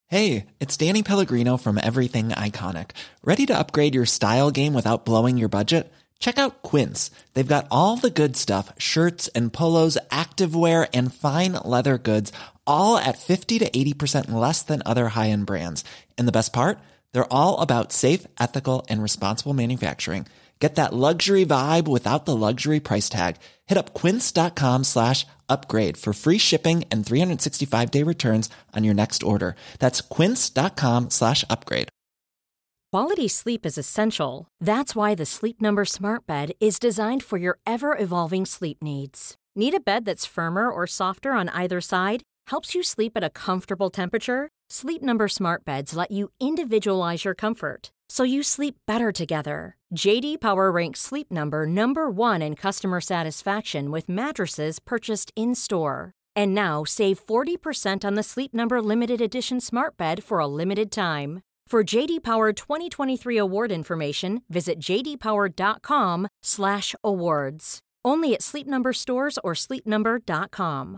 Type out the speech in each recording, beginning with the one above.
Hey, it's Danny Pellegrino from Everything Iconic. Ready to upgrade your style game without blowing your budget? Check out Quince. They've got all the good stuff, shirts and polos, activewear, and fine leather goods, all at 50 to 80% less than other high-end brands. And the best part? They're all about safe, ethical, and responsible manufacturing. Get that luxury vibe without the luxury price tag. Hit up quince.com/upgrade for free shipping and 365-day returns on your next order. That's quince.com/upgrade. Quality sleep is essential. That's why the Sleep Number Smart Bed is designed for your ever-evolving sleep needs. Need a bed that's firmer or softer on either side? Helps you sleep at a comfortable temperature? Sleep Number Smart Beds let you individualize your comfort, so you sleep better together. JD Power ranks Sleep Number #1 in customer satisfaction with mattresses purchased in-store. And now, save 40% on the Sleep Number Limited Edition Smart Bed for a limited time. For JD Power 2023 award information, visit jdpower.com/awards. Only at Sleep Number stores or sleepnumber.com.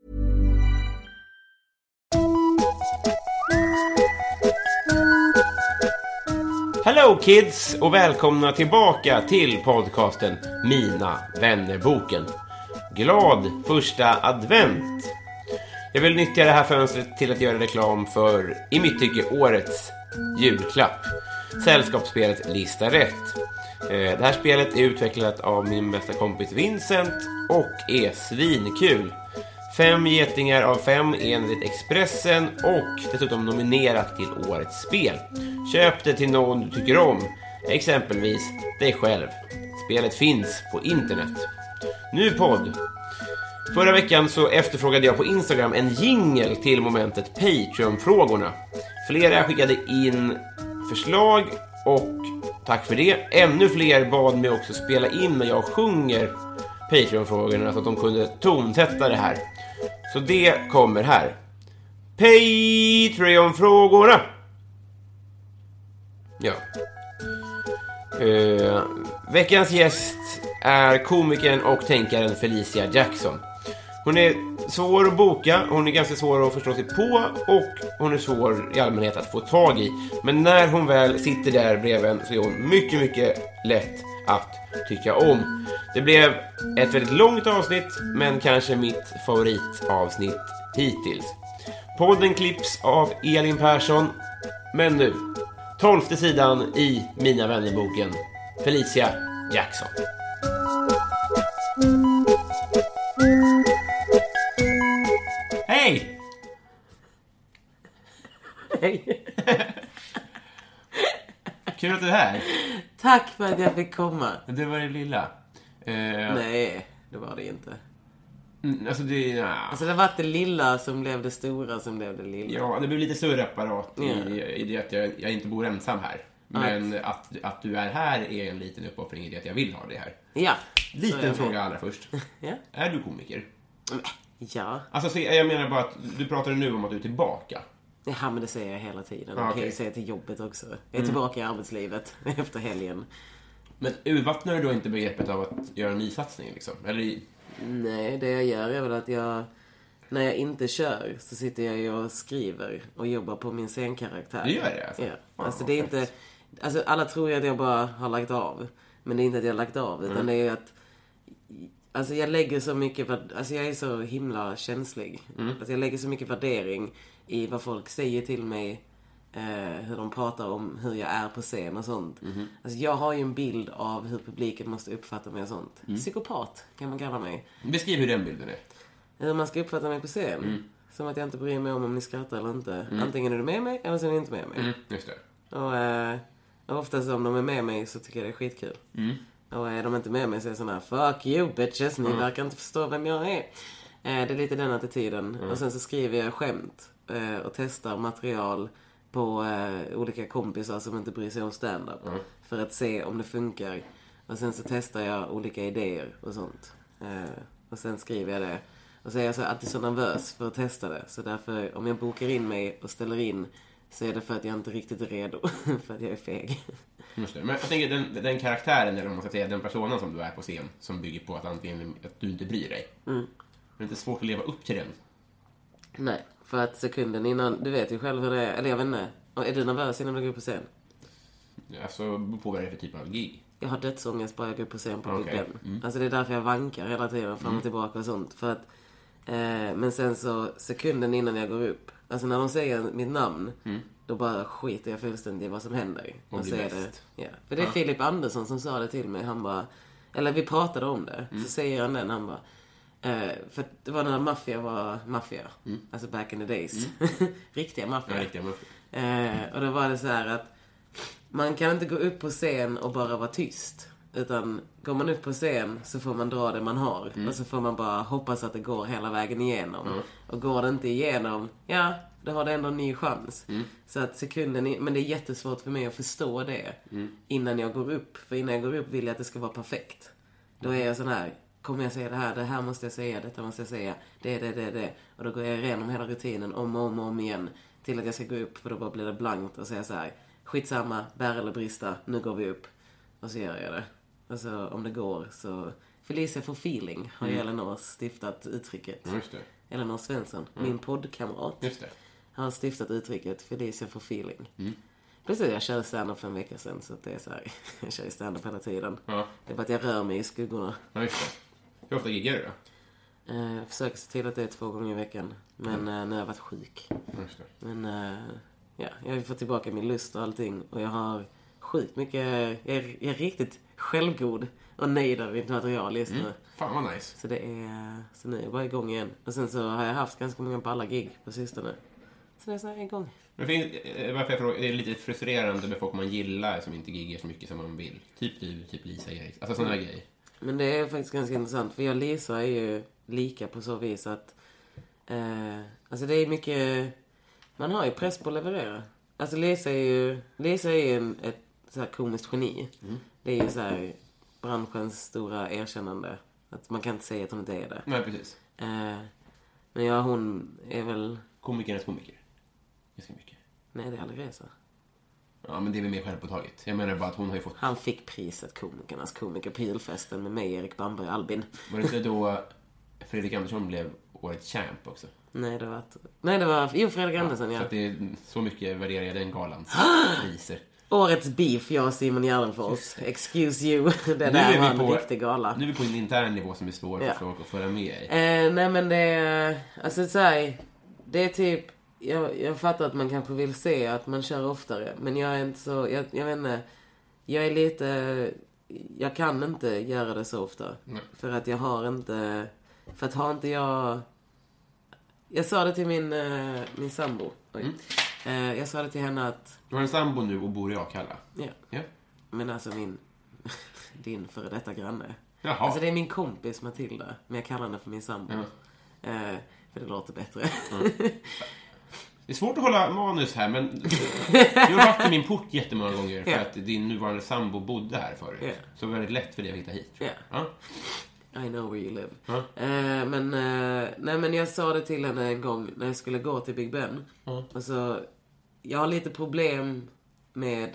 Hello kids och välkomna tillbaka till podcasten Mina vännerboken. Glad första advent! Jag vill nyttja det här fönstret till att göra reklam för, i mitt tycke, årets julklapp. Sällskapsspelet Lista Rätt. Det här spelet är utvecklat av min bästa kompis Vincent och är svinkul. 5 getingar av 5 enligt Expressen och dessutom nominerat till årets spel. Köp det till någon du tycker om, exempelvis dig själv. Spelet finns på internet. Nu podd. Förra veckan så efterfrågade jag på Instagram en jingle till momentet Patreon-frågorna. Flera skickade in förslag och tack för det. Ännu fler bad mig också spela in när jag sjunger Patreon-frågorna så att de kunde tonsätta det här. Så det kommer här. Patreon-frågorna. Ja. Veckans gäst är komikern och tänkaren Felicia Jackson. Hon är svår att boka, hon är ganska svår att förstå sig på och hon är svår i allmänhet att få tag i. Men när hon väl sitter där bredvid så är hon mycket, mycket lätt att tycka om. Det blev ett väldigt långt avsnitt, men kanske mitt favoritavsnitt hittills. Podden klipps av Elin Persson. Men nu, 12:e sidan i Mina vännerboken, Felicia Jackson. Hej! Hej. Kul att du är här. Tack för att jag fick komma. Det var det lilla. Nej, det var det inte. Alltså det var det lilla som blev det stora som blev det lilla. Ja, det blev lite större apparat i det att jag inte bor ensam här. Men att du är här är en liten uppoffring i det att jag vill ha det här. Ja. Liten fråga allra först. Ja. Är du komiker? Ja. Alltså så jag menar bara att du pratar nu om att du är tillbaka. Ja, men det säger jag hela tiden. Jag kan ju säga till jobbet också. Jag är tillbaka i arbetslivet efter helgen. Men urvattnar du då inte begreppet av att göra en nysatsning liksom? Eller Nej, det jag gör är väl att när jag inte kör så sitter jag ju och skriver och jobbar på min scenkaraktär. Du gör det alltså? Ja. Alltså det är inte... Alltså alla tror ju att jag bara har lagt av. Men det är inte att jag har lagt av. Utan det är ju att... Alltså jag lägger så mycket... Alltså jag är så himla känslig. Alltså jag lägger så mycket värdering i vad folk säger till mig. Hur de pratar om hur jag är på scen och sånt. Alltså jag har ju en bild av hur publiken måste uppfatta mig och sånt. Psykopat kan man kalla mig. Beskriv hur den bilden är. Hur man ska uppfatta mig på scen. Som att jag inte bryr mig om ni skrattar eller inte. Antingen är du med mig eller så är du inte med mig. Just det. Och oftast om de är med mig så tycker jag det är skitkul. Och är de inte med mig så är jag sån här: fuck you bitches, ni verkar inte förstå vem jag är. Det är lite den attityden. Och sen så skriver jag skämt och testar material på olika kompisar som inte bryr sig om stand-up. För att se om det funkar. Och sen så testar jag olika idéer och sånt. Och sen skriver jag det. Och så är jag så alltid så nervös för att testa det. Så därför, om jag bokar in mig och ställer in, så är det för att jag inte riktigt är redo. För att jag är feg. Just det. Men jag tänker, den karaktären, eller om man ska säga den personen som du är på scen, som bygger på att antingen att du inte bryr dig. Det är inte svårt att leva upp till den. Nej, För att sekunden innan, du vet ju själv hur det är. Eller jag vet inte. Är du nervös innan du går upp på scen? Alltså, på vad är det för typ av gig? Jag har dödsångest bara jag går upp på scen på Big Okej. Ben. Alltså det är därför jag vankar hela tiden fram och tillbaka och sånt. För att, men sen så sekunden innan jag går upp. Alltså när de säger mitt namn. Då bara skiter jag fullständigt i vad som händer. Och blir så är bäst. det, ja. För det är Filip Andersson som sa det till mig. Han bara, eller vi pratade om det. Så säger han den, han bara. För det var när maffia var maffia. Alltså back in the days. Riktiga maffia. Ja, riktiga maffia. Och då var det så här att man kan inte gå upp på scen och bara vara tyst. Utan går man upp på scen så får man dra det man har. Och så får man bara hoppas att det går hela vägen igenom. Och går det inte igenom, ja, då har det ändå en ny chans. Så att sekunden, men det är jättesvårt för mig att förstå det innan jag går upp. För innan jag går upp vill jag att det ska vara perfekt. Då är jag sån här, kommer jag säga det här måste jag säga, detta måste jag säga, det. Och då går jag igenom hela rutinen om igen. Till att jag ska gå upp, för då bara blir det blankt och säga så här: skitsamma, bär eller brista, nu går vi upp. Och så gör jag det. Alltså om det går så... Felicia for feeling har Elinor stiftat uttrycket. Just det. Elinor Svensson, min poddkamrat, Just det. har stiftat uttrycket Felicia for feeling. Precis, jag kör stand-up för en vecka sedan, så att det är så här, jag kör stand-up hela tiden. Ja. Det är bara att jag rör mig i skuggorna. Ja, just det. Hur ofta giggar du då? Jag försöker se till att det är 2 gånger i veckan. Men nu har jag varit sjuk. Just det. Men ja, jag har fått tillbaka min lust och allting. Och jag har sjukt mycket... Jag är riktigt självgod och nöjd av mitt material just nu. Fan vad nice. Så det är... Så nu är jag bara igång igen. Och sen så har jag haft ganska många balla gig på sistone. Så det är så här igång. Men varför jag frågar, det är lite frustrerande med folk man gillar som inte giggar så mycket som man vill. Typ du, typ Lisa Erik. Alltså sådana grejer. Men det är faktiskt ganska intressant. För jag och Lisa är ju lika på så vis att... alltså det är mycket... Man har ju press på att leverera. Alltså Lisa är ju ett så här komiskt geni. Det är ju så här branschens stora erkännande. Att man kan inte säga att hon inte är det. Nej, precis. Men ja, hon är väl... Komikernas komiker. Ganska mycket. Nej, det är aldrig Reza. Ja, men det är väl mer självpåtaget. Jag menar bara att hon har ju fått... Han fick priset komikernas komiker på julfesten med mig, Erik Bamberg, Albin. Var det inte då Fredrik Andersson blev årets champ också? Nej, det var... Jo, Fredrik Andersson, ja. Så att det är så mycket värderar jag den galans priser. Årets beef, jag och Simon Gärdenfors. Excuse you. Det där var en riktig gala. Nu är vi på en intern nivå som är svår för folk att föra med i. Nej, men det är... Alltså, så här, det är typ... Jag fattar att man kanske vill se att man kör oftare. Men jag är inte så... Jag vet inte. Jag är lite... Jag kan inte göra det så ofta. Nej. För att jag har inte... För att har inte jag... Jag sa det till min sambo. Jag sa det till henne att... Du har en sambo nu och bor i Akalla. Ja. Men alltså din före detta granne. Jaha. Alltså det är min kompis Matilda. Men jag kallar henne för min sambo. För det låter bättre. Det är svårt att hålla manus här, men du har varit i min port jättemånga gånger för att din nuvarande sambo bodde här förut. Så det var väldigt lätt för dig att hitta hit. Ja. I know where you live. Men jag sa det till henne en gång när jag skulle gå till Big Ben. Alltså, jag har lite problem med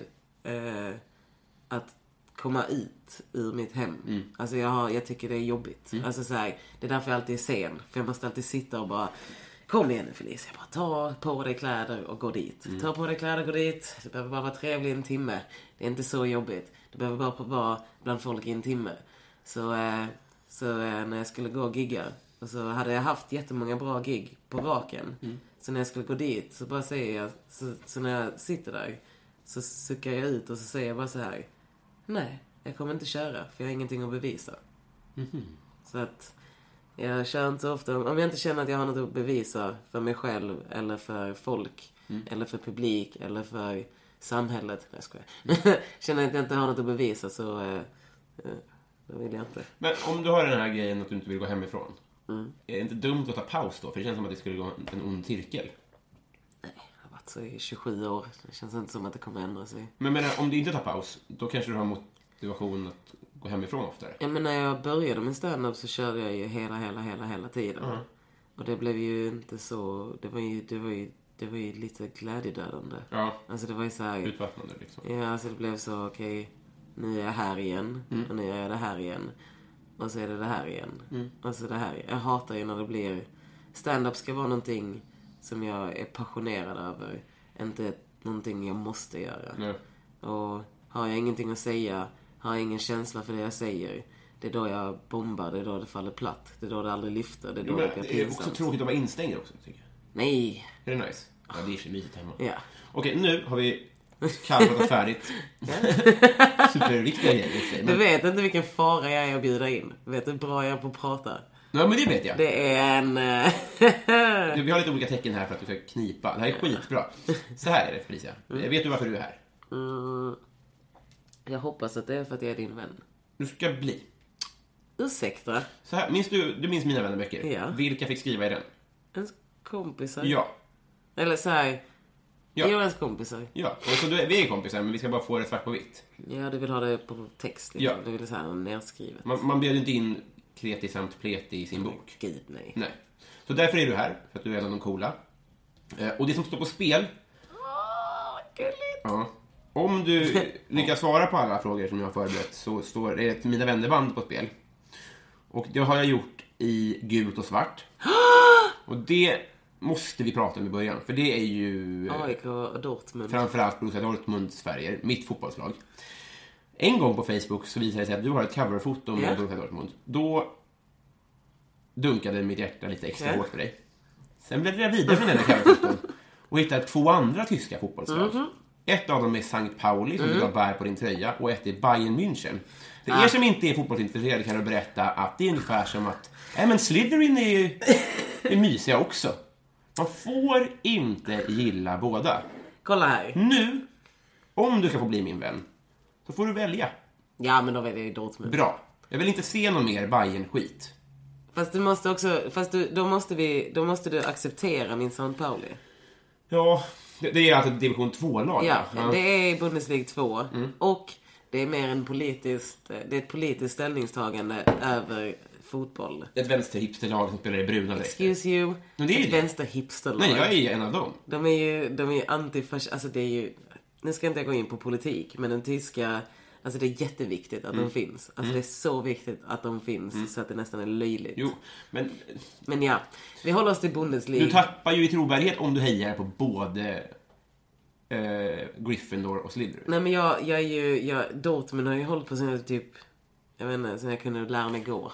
att komma ut ur mitt hem. Alltså jag tycker det är jobbigt. Alltså så här, det är därför jag alltid är sen. För jag måste alltid sitta och bara... Kom igen nu Felicia, bara ta på dig kläder och gå dit. Ta på dig kläder och gå dit. Du behöver bara vara trevlig en timme. Det är inte så jobbigt. Du behöver bara vara bland folk i en timme. Så när jag skulle gå och gigga, och så hade jag haft jättemånga bra gig på raken. Så när jag skulle gå dit så bara säger jag, så när jag sitter där så suckar jag ut och så säger jag bara så här: nej, jag kommer inte köra för jag har ingenting att bevisa. Så att jag kör inte så ofta. Om jag inte känner att jag har något att bevisa för mig själv eller för folk eller för publik eller för samhället. Jag skojar. Känner att jag inte har något att bevisa så då vill jag inte. Men om du har den här grejen att du inte vill gå hemifrån, är det inte dumt att ta paus då? För det känns som att det skulle gå en ond cirkel. Nej, jag har varit så i 27 år. Det känns inte som att det kommer ändra sig. Men om du inte tar paus, då kanske du har motivation att gå hemifrån oftare. Ja, men när jag började med stand-up så körde jag ju hela tiden. Och det blev ju inte så... Det var ju lite glädjedödande. Ja, alltså det var ju så här... utvattnande liksom. Ja, alltså det blev så, okej, nu är jag här igen. Och nu är jag det här igen. Och så är det här igen. Och så det här. Jag hatar ju när det blir... Stand-up ska vara någonting som jag är passionerad över. Inte någonting jag måste göra. Nej. Och har jag ingenting att säga, har jag ingen känsla för det jag säger, det är då jag bombar, det är då det faller platt, det är då det aldrig lyfter, det är då det blir Det är pinsamt. också tråkigt att vara instängd också, tycker jag. Nej. Är det nice? Ja, det är för mysigt hemma. Ja. Okej, nu har vi kallat färdigt. Superviktiga grejer. Du vet inte vilken fara jag är att bjuda in. Du vet hur bra jag är på att prata. Ja, men det vet jag. Det är en... Vi har lite olika tecken här för att du ska knipa. Det här är skitbra. Så här är det, Felicia. Vet du varför du är här? Jag hoppas att det är för att jag är din vän. Du ska bli. Ursäkta. Så här, du minns Mina vännerböcker? Ja. Vilka fick skriva i den? Ens kompisar. Ja. Eller så här... Ja. Jag är ens kompisar. Ja, och så vi är kompisar, men vi ska bara få det svart på vitt. Ja, du vill ha det på text. Liksom. Ja. Du vill så här nedskrivet. Man bjöd inte in kreti samt pleti i sin bok. Gud, nej. Nej. Så därför är du här, för att du är en av de coola. Och det som står på spel... Gulligt. Ja. Om du lyckas svara på alla frågor som jag har förberett så står det ett Mina vännerband på spel. Och det har jag gjort i gult och svart. Och det måste vi prata om i början. För det är ju... AIK och Dortmund. Framförallt Borussia Dortmunds färger. Mitt fotbollslag. En gång på Facebook så visade det sig att du har ett coverfoto med Borussia Dortmund. Då dunkade mitt hjärta lite extra hårt för dig. Sen blev jag vidare från den här coverfoton och hittade 2 andra tyska fotbollslag. Ett av dem är St. Pauli som du har bär på din tröja och ett är Bayern München. För er som inte är fotbollsintresserade kan jag berätta att det är ungefär som att men Slytherin är mysiga också. Man får inte gilla båda. Kolla här. Nu, om du ska få bli min vän, så får du välja. Ja, men då väljer jag Dortmund. Bra. Jag vill inte se någon mer Bayern-skit. Fast du måste också... Då måste du acceptera min St. Pauli. Ja, det är alltså ett division 2-lag. Ja, det är Bundesliga 2. Och det är mer det är ett politiskt ställningstagande över fotboll. Ett vänsterhipsterlag som spelar i bruna dräkter. Excuse you. Men det är ett det. vänsterhipsterlag. Nej, jag är en av dem. De är ju antifascister. Alltså det är ju... Nu ska inte jag gå in på politik, men den tyska... Alltså det är jätteviktigt att de finns. Alltså det är så viktigt att de finns så att det nästan är löjligt. Jo, Men ja, vi håller oss till Bundesliga. Du tappar ju i trovärdighet om du hejar på både Gryffindor och Slytherin. Nej, men Dortmund har ju hållit på sen typ... Jag vet inte, sen jag kunde lära mig gå.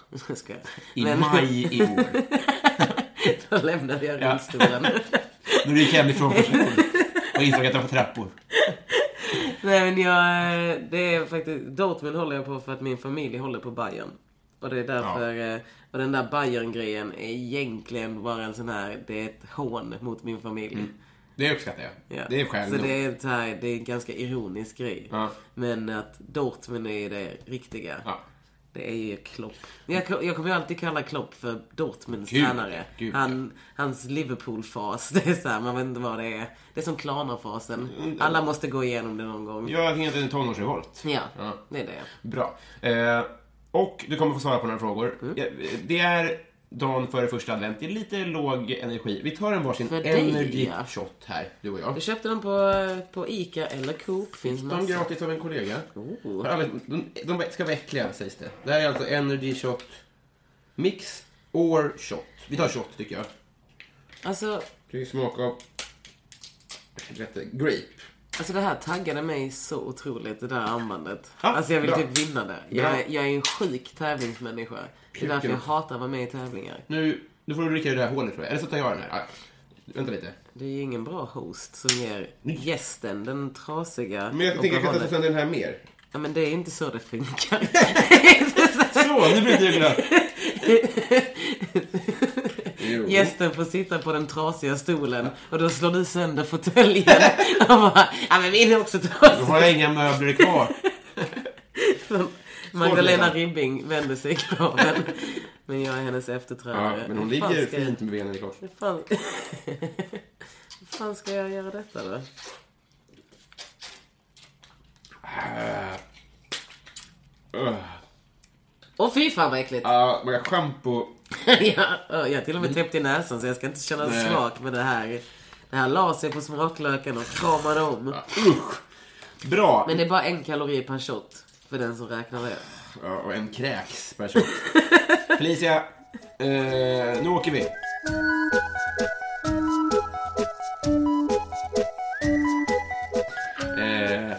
Maj i år. Då lämnade jag rullstolen. Då gick jag hem ifrån första gången och insåg att jag var trappor. Nej, men det är faktiskt... Dortmund håller jag på för att min familj håller på Bayern. Och det är därför... Och den där Bayern-grejen är egentligen bara en sån här... Det är ett hån mot min familj. Det uppskattar jag. Ja. Det är själv. Så det är en ganska ironisk grej. Ja. Men att Dortmund är det riktiga. Ja. Det är ju Klopp. Jag kommer ju alltid kalla Klopp för Dortmunds Gud, tränare. Gud. Hans Liverpool-fas. Det är så här, man vet inte vad det är. Det är som Klarna-fasen. Alla måste gå igenom det någon gång. Jag tänker att det är en tonårsrevolt. Ja, det är det. Bra. Och du kommer få svara på några frågor. Det är dagen före första advent. Det är lite låg energi. Vi tar en varsin energy shot här, du och jag. Du köpte den på Ica eller Coop. Finns de gratis av en kollega. De ska vara äckliga, sägs det. Det här är alltså energy shot. Mix or shot. Vi tar shot, tycker jag. Alltså... Det är smak av grape. Alltså det här taggade mig så otroligt, det där armbandet. Ja, alltså jag vill bra. typ vinna det. Jag är en sjuk tävlingsmänniska. Det är därför jag hatar att vara med i tävlingar. Nu får du rycka i det här hålet, tror jag. Eller så tar jag den här. Vänta lite. Det är ju ingen bra host som ger gästen den trasiga... Men jag tänker att jag tar den här mer. Ja, men det är inte så det funkar. Så, nu blir det glad. Gästen får sitta på den trasiga stolen och då slår du sönder fåtöljen. Och bara, ja men vi är också trasiga. Då har jag inga möbler kvar. Magdalena Ribbing vänder sig i graven. Men jag är hennes efterträdare. Ja, men hon ligger fint med benen i kors. Hur fan ska jag göra detta då? Åh fy fan vad äckligt. Ja, man har shampoo. Jag har till och med täppt i näsan så jag ska inte känna smak med det här. Det här la sig på smaklöken och kramade om. Usch. Bra. Men det är bara 1 kalori per shot för den som räknar det. Ja, och en kräks per shot. Felicia, nu åker vi.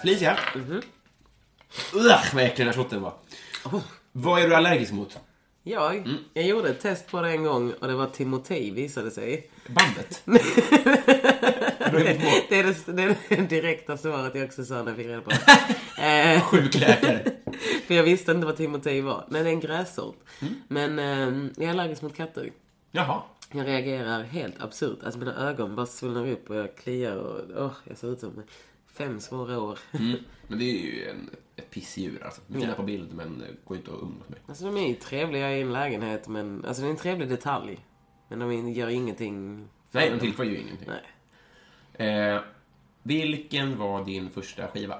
Felicia. Vad äcklig den här shotten var. Vad är du allergisk mot? Jag gjorde ett test på det en gång och det var Timotej visade sig. Bandet? Det är det direkta svaret jag också sa när jag fick reda på. Sjukläkare. För jag visste inte vad Timotej var. Nej, det är en grässort. Men jag är allergisk mot katter. Jaha. Jag reagerar helt absurt. Alltså mina ögon bara svullnar upp och jag kliar och jag ser ut som 5 svåra år. Men det är ju ett pissdjur alltså. Fina på bild men går inte att umgås med. Alltså de är ju trevliga i en lägenhet men alltså det är en trevlig detalj. Men de gör ingenting. Nej, de tillför ju ingenting. Nej. Vilken var din första skiva?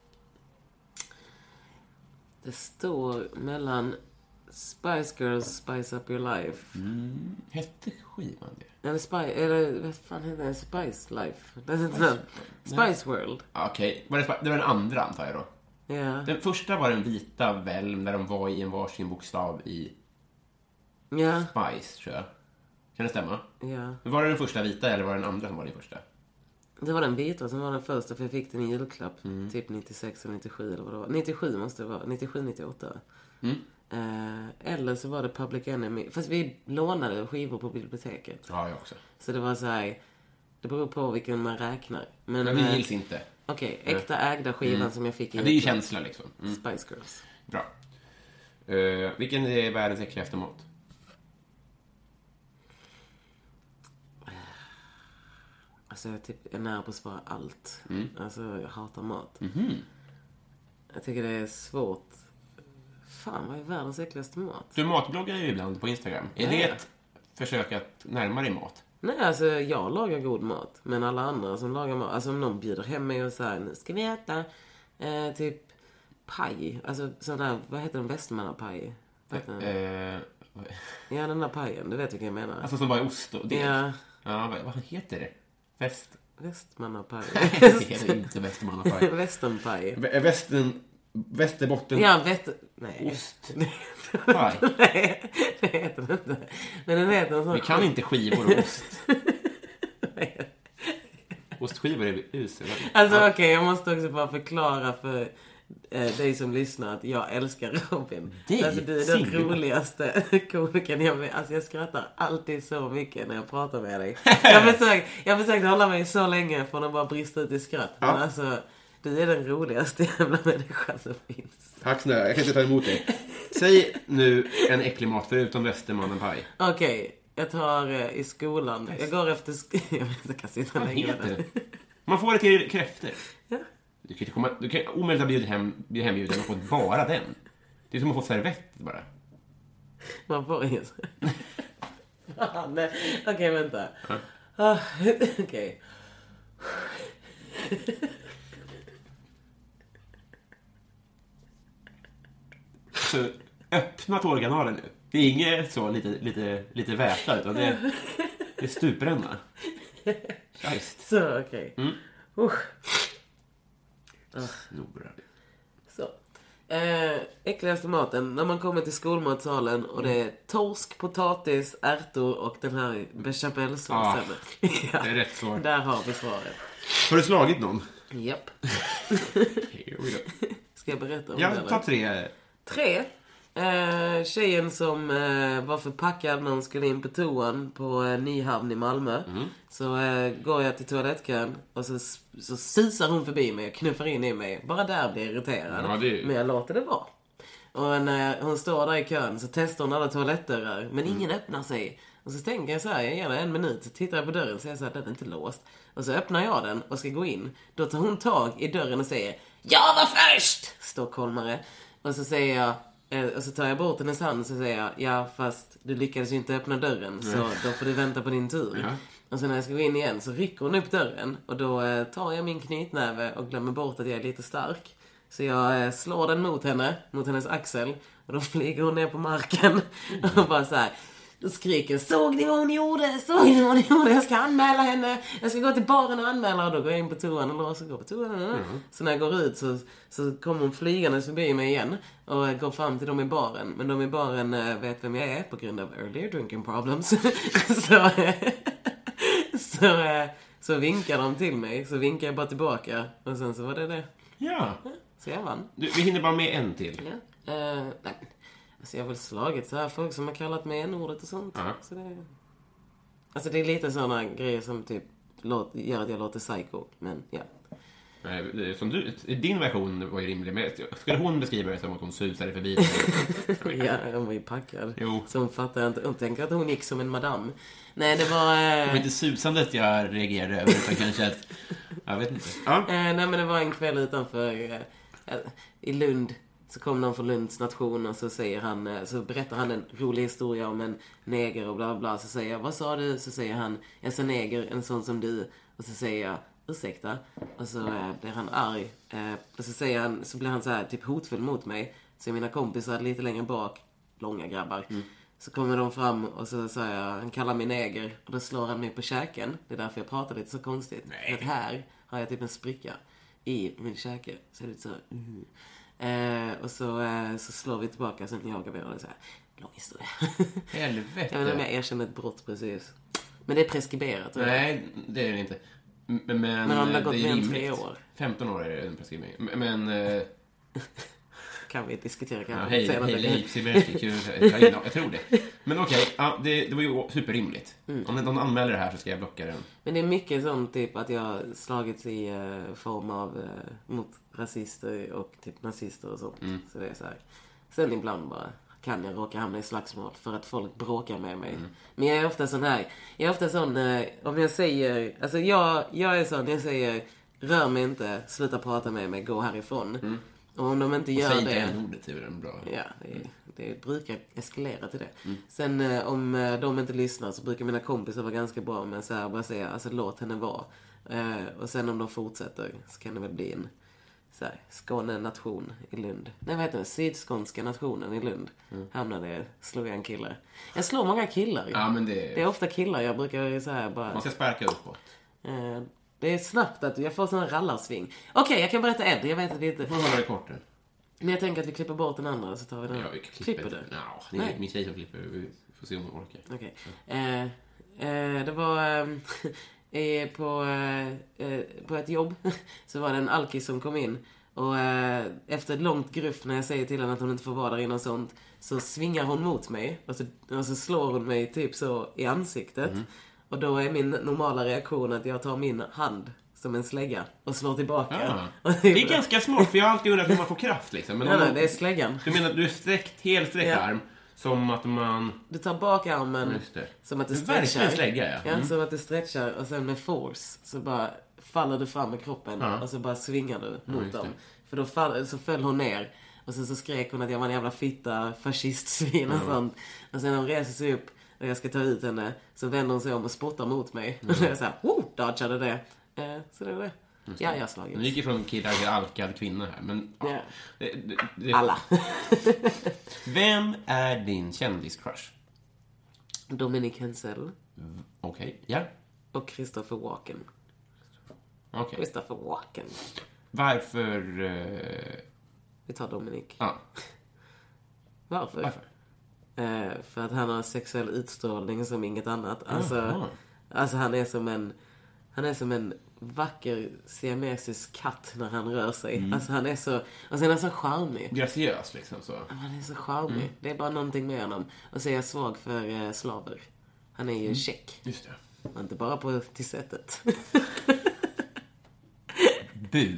Det står mellan Spice Girls, Spice Up Your Life. Hette skivan det? Eller vad fan heter det? Spice Life. Det är inte Spice World. Okej. Det var den andra antar jag då. Ja. Den första var den vita Velm där de var i en varsin bokstav i Ja. Spice, tror jag. Kan det stämma? Ja. Var det den första vita eller var det den andra som var den första? Det var den vita som var den första för jag fick den i julklapp. Typ 96 eller 97 eller vad det var. 97 måste det vara. 97, 98. Eller så var det Public Enemy. Fast vi lånade skivor på biblioteket. Ja, jag också. Så det var så här. Det beror på vilken man räknar. Men vi gills inte. Okej, äkta ägda skivan som jag fick i det är ju känsla liksom. Spice Girls. Bra. Vilken är världens äckligaste mat? Alltså jag är nära på att svara allt. Alltså jag hatar mat. Jag tycker det är svårt. Fan, vad är världens äckligaste mat? Du matbloggar ju ibland på Instagram. Är det ett försök att närma dig mat? Nej, alltså jag lagar god mat. Men alla andra som lagar mat, alltså om någon bjuder hem mig och säger nu ska vi äta typ paj. Alltså sån där, vad heter den? Västmannapaj? Ja, den där pajen, du vet vilken jag menar. Alltså som bara är ost och det. Ja, vad heter det? Västmannapaj. Det heter inte västmannapaj. Västernpaj. Västerbotten. Ja, nej. Ost. Nej, det heter det inte. Men den heter en sån. Vi kan inte skivor och ost. Ostskivor är usel. Alltså okej, jag måste också bara förklara för dig som lyssnar att jag älskar Robin. Alltså du är den roligaste komikern jag vet. Alltså jag skrattar alltid så mycket när jag pratar med dig. Jag försökte hålla mig så länge från att bara brista ut i skratt. Men alltså, du är den roligaste jävla människan som finns. Tack snälla, jag kan inte ta emot dig. Säg nu en äcklig mat förutom Västermannapaj. Okej, jag tar i skolan. Jag går efter jag kan sitta längre. Man får det till kräftor. Ja. Du kan omöjligt bli hembjuden och få bara den. Det är som att få servett bara. Man får inget. Okej, vänta. Okej. Så öppna tårkanalen nu. Det är inget så lite väta utan det är stupränna. Så okej. Snora. Så. Äckligaste maten. När man kommer till skolmatsalen och det är torsk, potatis, ärtor och den här bechamelsåsen. Det är rätt svar. Där har vi svaret. Har du slagit någon? Japp. Here we go. Ska jag berätta om det? det? Ja, ta 3. 3. Tjejen som var förpackad när hon skulle in på toan på Nyhavn i Malmö. Så går jag till toalettkön och så susar hon förbi mig och knuffar in i mig. Bara där blir jag irriterad. Ja, Men jag låter det vara. Och när hon står där i kön så testar hon alla toalettdörrar. Men ingen öppnar sig. Och så tänker jag så här, jag ger det 1 minut. Så tittar jag på dörren och säger så här, den är inte låst. Och så öppnar jag den och ska gå in. Då tar hon tag i dörren och säger, jag var först! Stockholmare. Och så säger jag, och så tar jag bort hennes hand och så säger jag, ja fast du lyckades ju inte öppna dörren. Så då får du vänta på din tur. Ja. Och så när jag ska gå in igen så rycker hon upp dörren. Och då tar jag min knytnäve och glömmer bort att jag är lite stark. Så jag slår den mot hennes axel. Och då flyger hon ner på marken. Och bara så här. Då skriker, såg ni vad hon gjorde? Jag ska anmäla henne. Jag ska gå till baren och anmäla. Och då går jag in på toan och låser går på toan. Så när jag går ut så kommer hon flygande förbi mig igen. Och går fram till dem i baren. Men de i baren vet vem jag är på grund av earlier drinking problems. Så vinkar de till mig. Så vinkar jag bara tillbaka. Och sen så var det. Ja. Så jag vann. Vi hinner bara med en till. Ja. Nej. Alltså jag har väl slagit så här folk som har kallat mig n-ordet och sånt. Så det... Alltså det är lite sådana grejer som typ gör att jag låter psycho. Men ja. Nej, som din version var ju rimlig. Men skulle hon beskriva det som att hon susade förbi? Ja, hon var ju packad. Jo. Så hon fattar inte. Hon tänker att hon gick som en madam. Nej, det var... Det var inte susandet jag reagerade över. Utan kanske att... Jag vet inte. Ja. Nej, men det var en kväll utanför... I Lund. Så kom någon från Lunds nation och så säger han... Så berättar han en rolig historia om en neger och bla bla. Så säger jag, vad sa du? Så säger han, jag sa neger, en sån som du. Och så säger jag, ursäkta. Och så blir han arg. Och så blir han så här typ hotfull mot mig. Så mina kompisar lite längre bak, långa grabbar. Så kommer de fram och så säger jag, han kallar mig neger. Och då slår han mig på käken. Det är därför jag pratar lite så konstigt. För att här har jag typ en spricka i min käke. Så är det så och så slår vi tillbaka. Sen jagar vi och det så här. Lång historia. Helvete. Jag vet inte om jag erkänner ett brott precis. Men det är preskriberat. Nej, det är det inte. Men om det har gått det mer är än 3 rimligt. år. 15 år är det en preskrivning. Men... Kan vi diskutera kanske. Hej Leif Silbersky, kul. Jag tror det. Men okej, det var ju superrimligt. Om någon anmäler det här så ska jag blocka den. Men det är mycket sånt typ att jag slagits i form av mot rasister och typ nazister och sånt. Så det är så här. Sen ibland bara kan jag råka hamna i slagsmål för att folk bråkar med mig. Men jag är ofta sån här. Jag är ofta sån, om jag säger... Alltså jag är sån, jag säger rör mig inte, sluta prata med mig, gå härifrån. Och om de inte gör det... Säg inte ordet, det är bra. Ja, det brukar eskalera till det. Sen om de inte lyssnar så brukar mina kompisar vara ganska bra med så här, bara säga, alltså låt henne vara. Och sen om de fortsätter så kan det väl bli en så här, Skåne nation i Lund. Nej, vad heter det? Sydskånska nationen i Lund. Hamnade, slog jag en kille. Jag slår många killar. Ja, men det är ofta killar, jag brukar så här bara... Man ska sparka uppåt. Det är snabbt att jag får sån här rallarsving. Okej, jag kan berätta en. Jag vet att vi inte... Får hålla det kort nu. Men jag tänker att vi klipper bort den andra så tar vi den. Ja, vi klipper det. Ja, det är min tjej som klipper. Vi får se om hon orkar. Okej. Det var på ett jobb så var det en alkis som kom in. Och efter ett långt gruff när jag säger till henne att hon inte får vara där innan sånt så svingar hon mot mig. Och så slår hon mig typ så i ansiktet. Och då är min normala reaktion att jag tar min hand som en slägga och slår tillbaka. Det är ganska smart, för jag har alltid undrat hur man får kraft liksom. Men nej, det är släggan. Du menar att du är helt sträckt arm som att man... Du tar bak armen som att du stretchar. Verkligen slägga, ja. Som att du stretchar och sen med force så bara faller du fram med kroppen och så bara svingar du mot dem. För då så föll hon ner och sen så skrek hon att jag var en jävla fitta fascistsvin och sånt. Och sen när hon reser sig upp och jag ska ta ut henne så vänder hon sig om och spottar mot mig. Och då är jag såhär, dodgade det. Så det var det. Ja, jag slagit. Nu gick ju från killar till alkad kvinna här. Men, alla. Vem är din kändiscrush? Dominic Hensel. Okej, ja. Och Christopher Walken. Okej. Christopher Walken. Varför... Vi tar Dominic. Ja. Varför? För att han har sexuell utstrålning som inget annat. Alltså han är som en vacker siamesisk katt när han rör sig. Alltså han är så... Och sen är han så charmig. Graciös liksom så. Han är så charmig. Det är bara någonting med honom. Och så är jag svag för slaver. Han är ju tjeck. Just det. Och inte bara till sättet. Bu.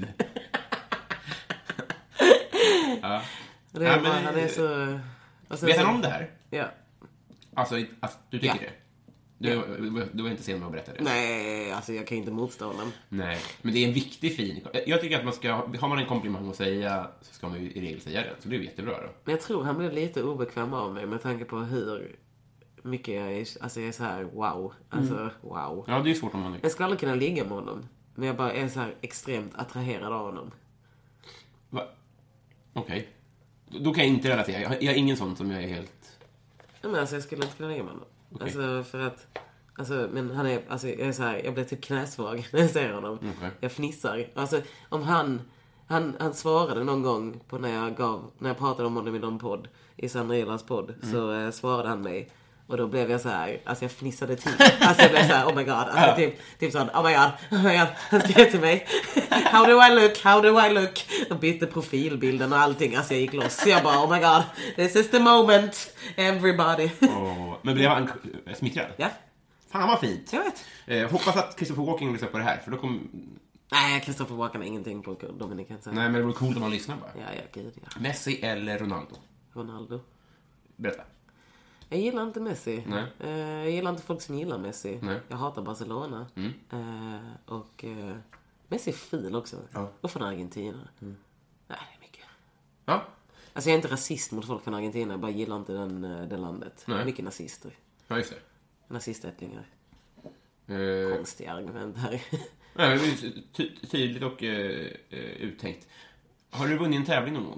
Ja. Han är så... Vet han om det här? Ja. Alltså du tycker det? Du var inte sen med att berätta det. Nej, alltså jag kan inte motstå honom. Nej, men det är en viktig fin... Jag tycker att man ska... Har man en komplimang att säga så ska man ju i regel säga den. Så det är jättebra då. Men jag tror han blir lite obekväm av mig med tanke på hur mycket jag är... Alltså jag är så här, wow. Alltså, wow. Ja, det är svårt om man... Jag skulle aldrig kunna ligga med honom. Men jag bara är så här extremt attraherad av honom. Va? Okej. Då kan jag inte relatera. Jag har ingen sån som jag är helt... Ja, men alltså jag skulle inte kunna ligga med honom. Okay. Alltså för att... Alltså, men han är... Alltså jag är så här... Jag blir typ knäsvag när jag ser honom. Okay. Jag fnissar. Alltså om han svarade någon gång på när jag pratade om honom i någon podd. I Sandra Elas podd. Så svarade han mig. Och då blev jag så här, alltså jag fnissade till. Alltså jag blev så här, oh my god. Alltså typ sån, oh my god. Han skrev till mig. How do I look? Och bytte profilbilden och allting. Alltså jag gick loss. Så jag bara, oh my god. This is the moment. Everybody. Men blev han smickrad? Ja. Fan vad fint. Jag vet. Hoppas att Christopher Walken lyssnar på det här. För då kommer... Nej, Christopher Walken har ingenting på Dominican. Nej, men det vore coolt om man lyssnar bara. Ja, gud ja. Messi eller Ronaldo? Ronaldo. Berätta. Jag gillar inte Messi. Nej. Jag gillar inte folk som gillar Messi. Nej. Jag hatar Barcelona. Och Messi är fil också. Ja. Och från Argentina. Nej, det är mycket. Ja. Alltså jag är inte rasist mot folk från Argentina. Jag bara gillar inte det landet. Nej. Mycket nazister. Ja, just det. Nazistättlingar. Konstiga argument här. Nej, det är tydligt och uttänkt. Har du vunnit en tävling någon gång?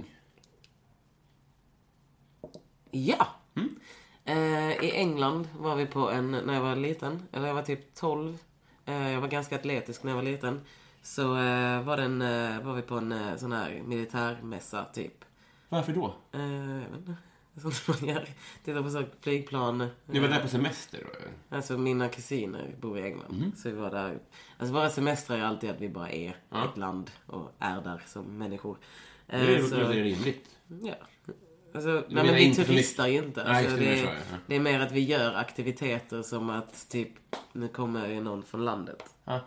Ja. I England var vi på när jag var liten. Eller jag var typ 12. Jag var ganska atletisk när jag var liten. Så var vi på en sån här militärmässa typ. Varför då? Jag vet inte. Sånt man gör. Titta på så flygplan. Ni var där på semester då? Alltså mina kusiner bor i England. Så vi var där. Alltså våra semestrar är alltid att vi bara är ett land och är där som människor. Det är rimligt. Ja. Alltså, men vi turistar ju inte. Alltså, det är mer att vi gör aktiviteter som att typ, nu kommer ju någon från landet.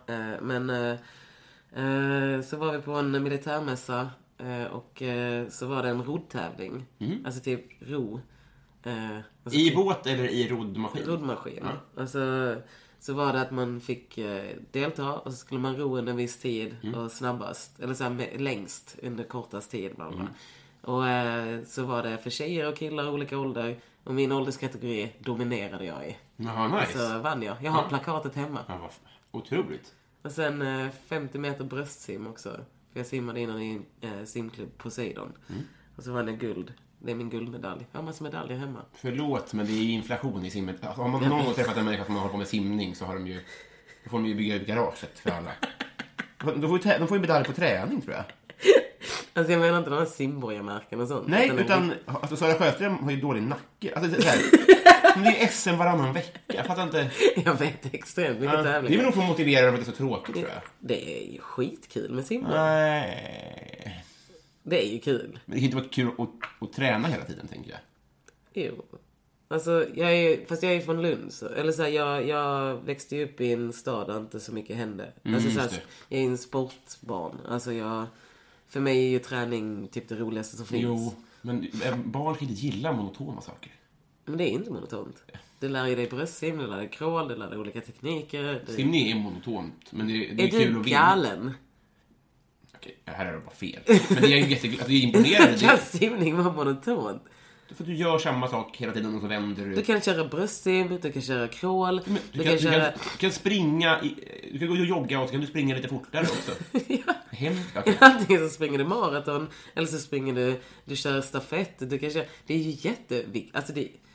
Så var vi på en militärmässa och så var det en roddtävling. Alltså typ ro. Alltså, I båt eller i roddmaskin? Roddmaskin. Alltså, så var det att man fick delta och så skulle man ro under en viss tid och snabbast. Eller så här, längst under kortast tid. Bla bla. Och så var det för tjejer och killar olika ålder. Och min ålderskategori dominerade jag i. Jaha, nice. Och så vann jag. Jag har plakatet hemma. Ja, otroligt. Och sen 50 meter bröstsim också. För jag simmade innan i simklubb Poseidon. Och så vann jag guld. Det är min guldmedalj. Jag har massa medaljer hemma. Förlåt, men det är inflation i simmet. Alltså, om man någon gång träffat en människa som håller på med simning så har då får de ju bygga ut garaget för alla. De får ju medalj på träning, tror jag. Alltså jag menar inte några simborgarmärken och sånt. Nej, utan alltså, Sara Sjöström har ju dålig nacke. Alltså, så här, det är SM varannan vecka. Jag fattar inte. Jag vet extremt mycket tävlingar. Det är väl nog för att motivera dem att det är så tråkigt, tror jag. Det är ju skitkul med simmar. Nej. Det är ju kul. Men det kan inte vara kul att träna hela tiden, tänker jag. Jo. Alltså, jag är från Lund. Eller så här, jag växte ju upp i en stad där inte så mycket hände. Alltså, så här, jag är en sportbarn. Alltså, för mig är ju träning typ det roligaste som finns. Jo, men barn ska inte gilla monotona saker. Men det är inte monotont. Du lär ju dig bröstsim, du lär dig crawl, du lär dig olika tekniker. Simning är monotont, men det är kul att vinna. vinna. Är du galen? Okej, här är det bara fel. Men det är ju det är imponerande. Kan simning vara monotont? För du gör samma sak hela tiden och så vänder du. Du kan köra bröstsim, du kan köra crawl. Du kan springa, du kan gå och jogga och så kan du springa lite fortare också. Ja. Okay. Antingen så springer du maraton eller så springer du kör stafett. Du kan köra, det är ju jätteviktigt. Alltså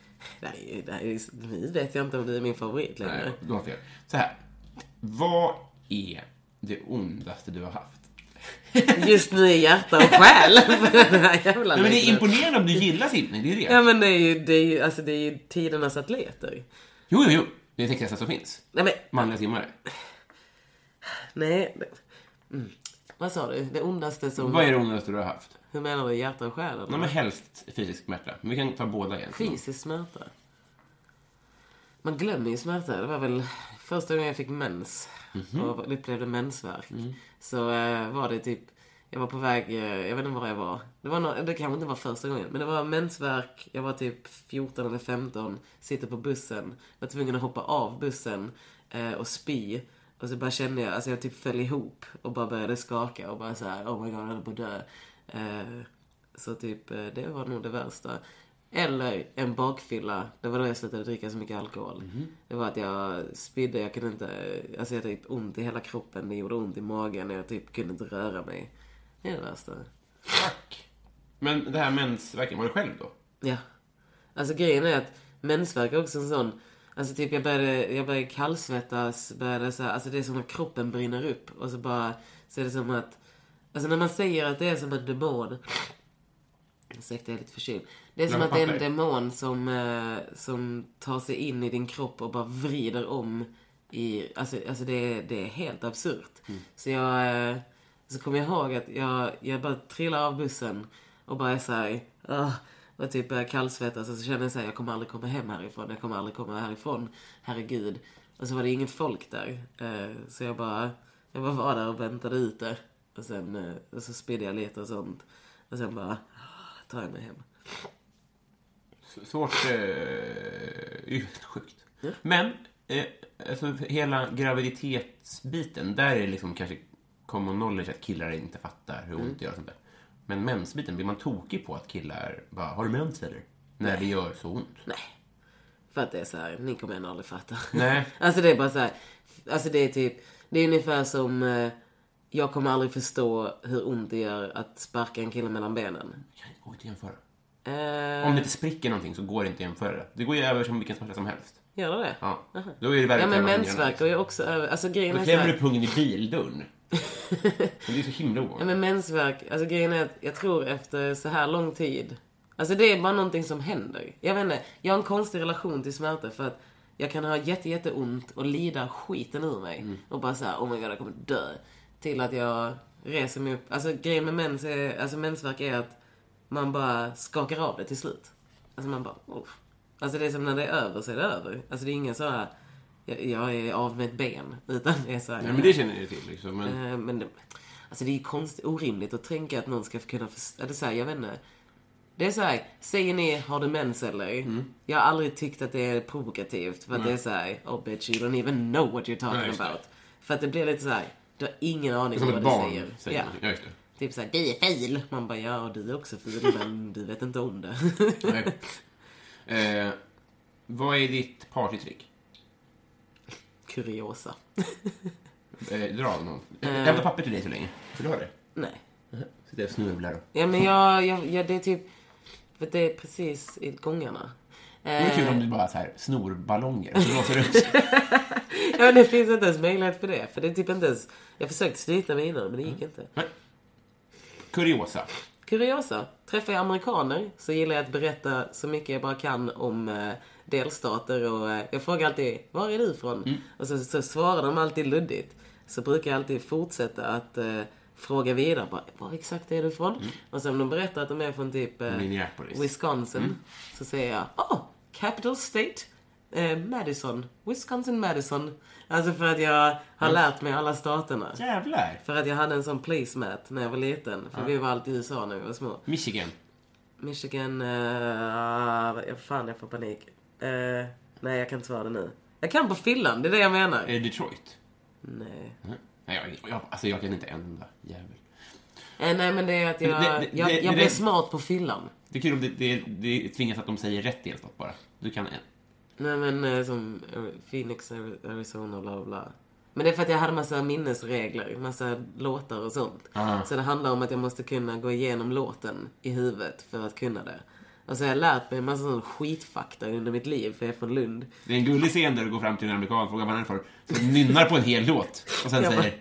nu vet jag inte om det är min favorit längre. Nej, du har fel. Så här. Vad är det ondaste du har haft? Just nu är hjärta och själ. Men det är imponerande om du gillar simning, det är det. Ja, men det är ju tidernas atleter. Jo. Det är det sexigaste som finns. Nej, men manliga simmare. Nej. Vad sa du? Det ondaste som... Vad är det ondaste du har haft? Hur menar du? Hjärta och själ? Nej, men helst fysisk smärta. Men vi kan ta båda igen. Fysisk smärta? Man glömmer ju smärta. Det var väl första gången jag fick mens. Och upplevde mensvärk. Så var det typ... Jag var på väg... Jag vet inte var jag var. Det kanske inte var första gången. Men det var mensvärk. Jag var typ 14 eller 15. Sitter på bussen. Var tvungen att hoppa av bussen. Och spy. Och så bara kände jag... Alltså jag typ föll ihop. Och bara började skaka. Och bara så här... Oh my god, jag höll på att dö. Så typ... Det var nog det värsta. Eller en bakfylla. Det var då jag slutade dricka så mycket alkohol. Det var att jag spydde. Jag kunde inte... Alltså jag hade typ ont i hela kroppen. Det gjorde ont i magen. Jag typ kunde inte röra mig. Det är det värsta. Tack. Men det här mensvärken, var det själv då? Ja. Alltså grejen är att mensvärk är också en sån... Alltså typ jag började kallsvettas. Började så här, alltså det är som att kroppen brinner upp. Och så är det som att... Alltså när man säger att det är som en demon... Ursäkta, jag är lite förkyld. Det är som att det är en demon som tar sig in i din kropp och bara vrider om alltså det är helt absurt. Så kommer jag ihåg att jag bara trillar av bussen och bara är såhär och typ kallsvettas, och så känner jag såhär, jag kommer aldrig komma hem härifrån, jag kommer aldrig komma härifrån, herregud. Och så var det inget folk där, så jag bara var där och väntade ute, och sen och så spydde jag lite och sånt, och sen bara tar jag mig hem. Svårt, sjukt. Ja. Men alltså, hela graviditetsbiten, där är det liksom kanske common knowledge att killar inte fattar hur ont det gör och sånt där. Men mensbiten, blir man tokig på att killar bara, har du mens eller? När det gör så ont? Nej. För att det är så här, ni kommer ändå aldrig fatta. Nej. Alltså det är bara så här, alltså det är typ, det är ungefär som, jag kommer aldrig förstå hur ont det gör att sparka en kille mellan benen. Jag går inte jämföra. Om det inte spricker någonting så går det inte jämföra det. Det går ju över som vilken smärta som helst. Gör det? Ja. Då är det verkligen. Ja, men mensvärk går ju också över. Alltså grejen är så här. Då klämmer du pungen i bildörren. Det är så himla ovanligt. Ja, men mensvärk, alltså grejen är att jag tror efter så här lång tid, alltså det är bara någonting som händer. Jag vet inte, jag har en konstig relation till smärta, för att jag kan ha jätteont och lida skiten ur mig. Och bara så här, oh my god, jag kommer dö. Till att jag reser mig upp. Alltså grejen med mensvärk är att man bara skakar av det till slut. Alltså man bara, alltså det är som när det är över så är det över. Alltså det är ingen så här, jag är av med ett ben, utan det är så här. Ja, men det känner jag till liksom. Men alltså det är konstigt, orimligt att tänka att någon ska kunna eller så här, jag vet inte. Det är så här, säger ni, har du mens eller? Jag har aldrig tyckt att det är provokativt, för att det är så här, oh bitch, you don't even know what you're talking about. För att det blir lite så här, du har ingen aning om vad du säger. Ja. Just det. Typ såhär, du är fil. Man bara, ja, du är också fil, men du vet inte om det. Vad är ditt partytrick? Kuriosa. Dra någon. Hämta papper till dig så länge. Vill du ha det? Nej. Så det är snurvlar då. Ja, men jag det är typ, för det är precis i gångarna. Det är kul om du bara så här snorballonger så låter det. Ja, men det finns inte ens möjlighet för det. För det är typ inte ens, jag försökte slita mig innan, men det gick inte. Nej. Kuriosa. Träffar jag amerikaner så gillar jag att berätta så mycket jag bara kan om delstater. Och jag frågar alltid, var är du ifrån? Och så svarar de alltid luddigt. Så brukar jag alltid fortsätta att fråga vidare. Bara, var exakt är du ifrån? Och sen om de berättar att de är från typ Wisconsin. Så säger jag, Capital State, Madison. Wisconsin, Madison. Alltså för att jag har lärt mig alla staterna. Jävlar. För att jag hade en sån placemat när jag var liten. För vi var alltid i USA när vi var små. Michigan, jag får panik. Nej, jag kan inte svara det nu. Jag kan på Finland, det är det jag menar. Är det Detroit? Nej. Nej, jag kan inte en enda jävel. Nej, men det är att jag blir smart på Finland. Det är kul om det tvingas att de säger rätt delstat bara. Du kan en. Nej, men som Phoenix, Arizona, bla bla. Men det är för att jag hade massa minnesregler, massa låtar och sånt. Så det handlar om att jag måste kunna gå igenom låten i huvudet för att kunna det. Och så har jag lärt mig en massa sån skitfakta under mitt liv, för jag är från Lund. Det är en gullig scen där du går fram till en amerikan och frågar vad han är för. Så nynnar på en hel låt. Och sen säger...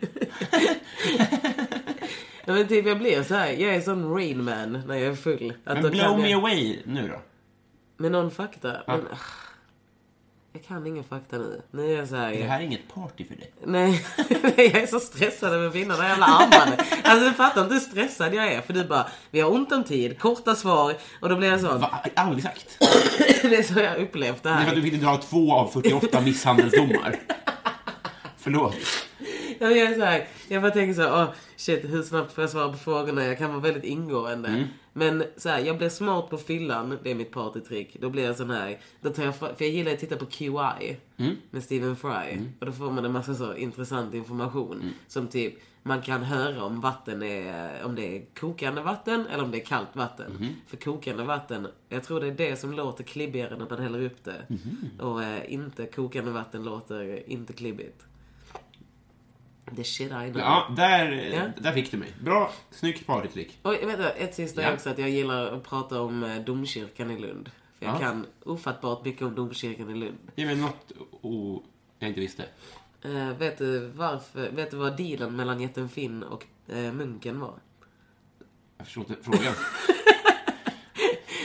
Ja, men typ jag blir så här. Jag är sån Rain Man när jag är full. Men blow me away nu då? Med någon fakta? Ja. Men, jag kan ingen fakta nu. Nu är jag så här... Det här är inget party för dig. Nej, jag är så stressad över vinna de jävla armarna. Alltså du fattar inte hur stressad jag är. För du bara, vi har ont om tid, korta svar. Och då blir jag sån. Aldrig sagt. Det är så jag upplevt det här. Det är för att du vill dra 2 av 48 misshandelsdomar. Förlåt. Jag är så här, jag bara tänker så här, shit, hur snabbt får jag svara på frågorna? Jag kan vara väldigt ingående. Men så här, jag blir smart på fyllan, det är mitt partytrick. Då blir jag sån här, då tar jag, för jag gillar att titta på QI med Stephen Fry. Och då får man en massa så intressant information. Som typ, man kan höra om vatten är, om det är kokande vatten eller om det är kallt vatten. För kokande vatten, jag tror det är det som låter klibbigare när man häller upp det. Och inte kokande vatten låter inte klibbigt. The shit I know. Ja, där fick du mig. Bra, snyggt partytrick. Och vänta, ett sista är också att jag gillar att prata om domkyrkan i Lund. För jag kan ofattbart mycket om domkyrkan i Lund. Ja, men något jag inte visste. Vet du vad dealen mellan jätten Finn och munken var? Jag förstår inte frågan.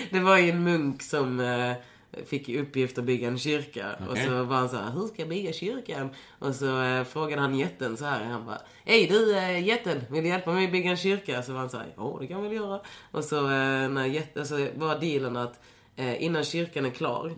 Det var ju en munk som fick i uppgift att bygga en kyrka. Okay. Och så var han så här, hur ska jag bygga kyrkan? Och så frågade han jätten så här. Han bara, hej du jätten, vill du hjälpa mig att bygga en kyrka? Så var han så här, ja det kan jag väl göra. Och så, så var dealen att innan kyrkan är klar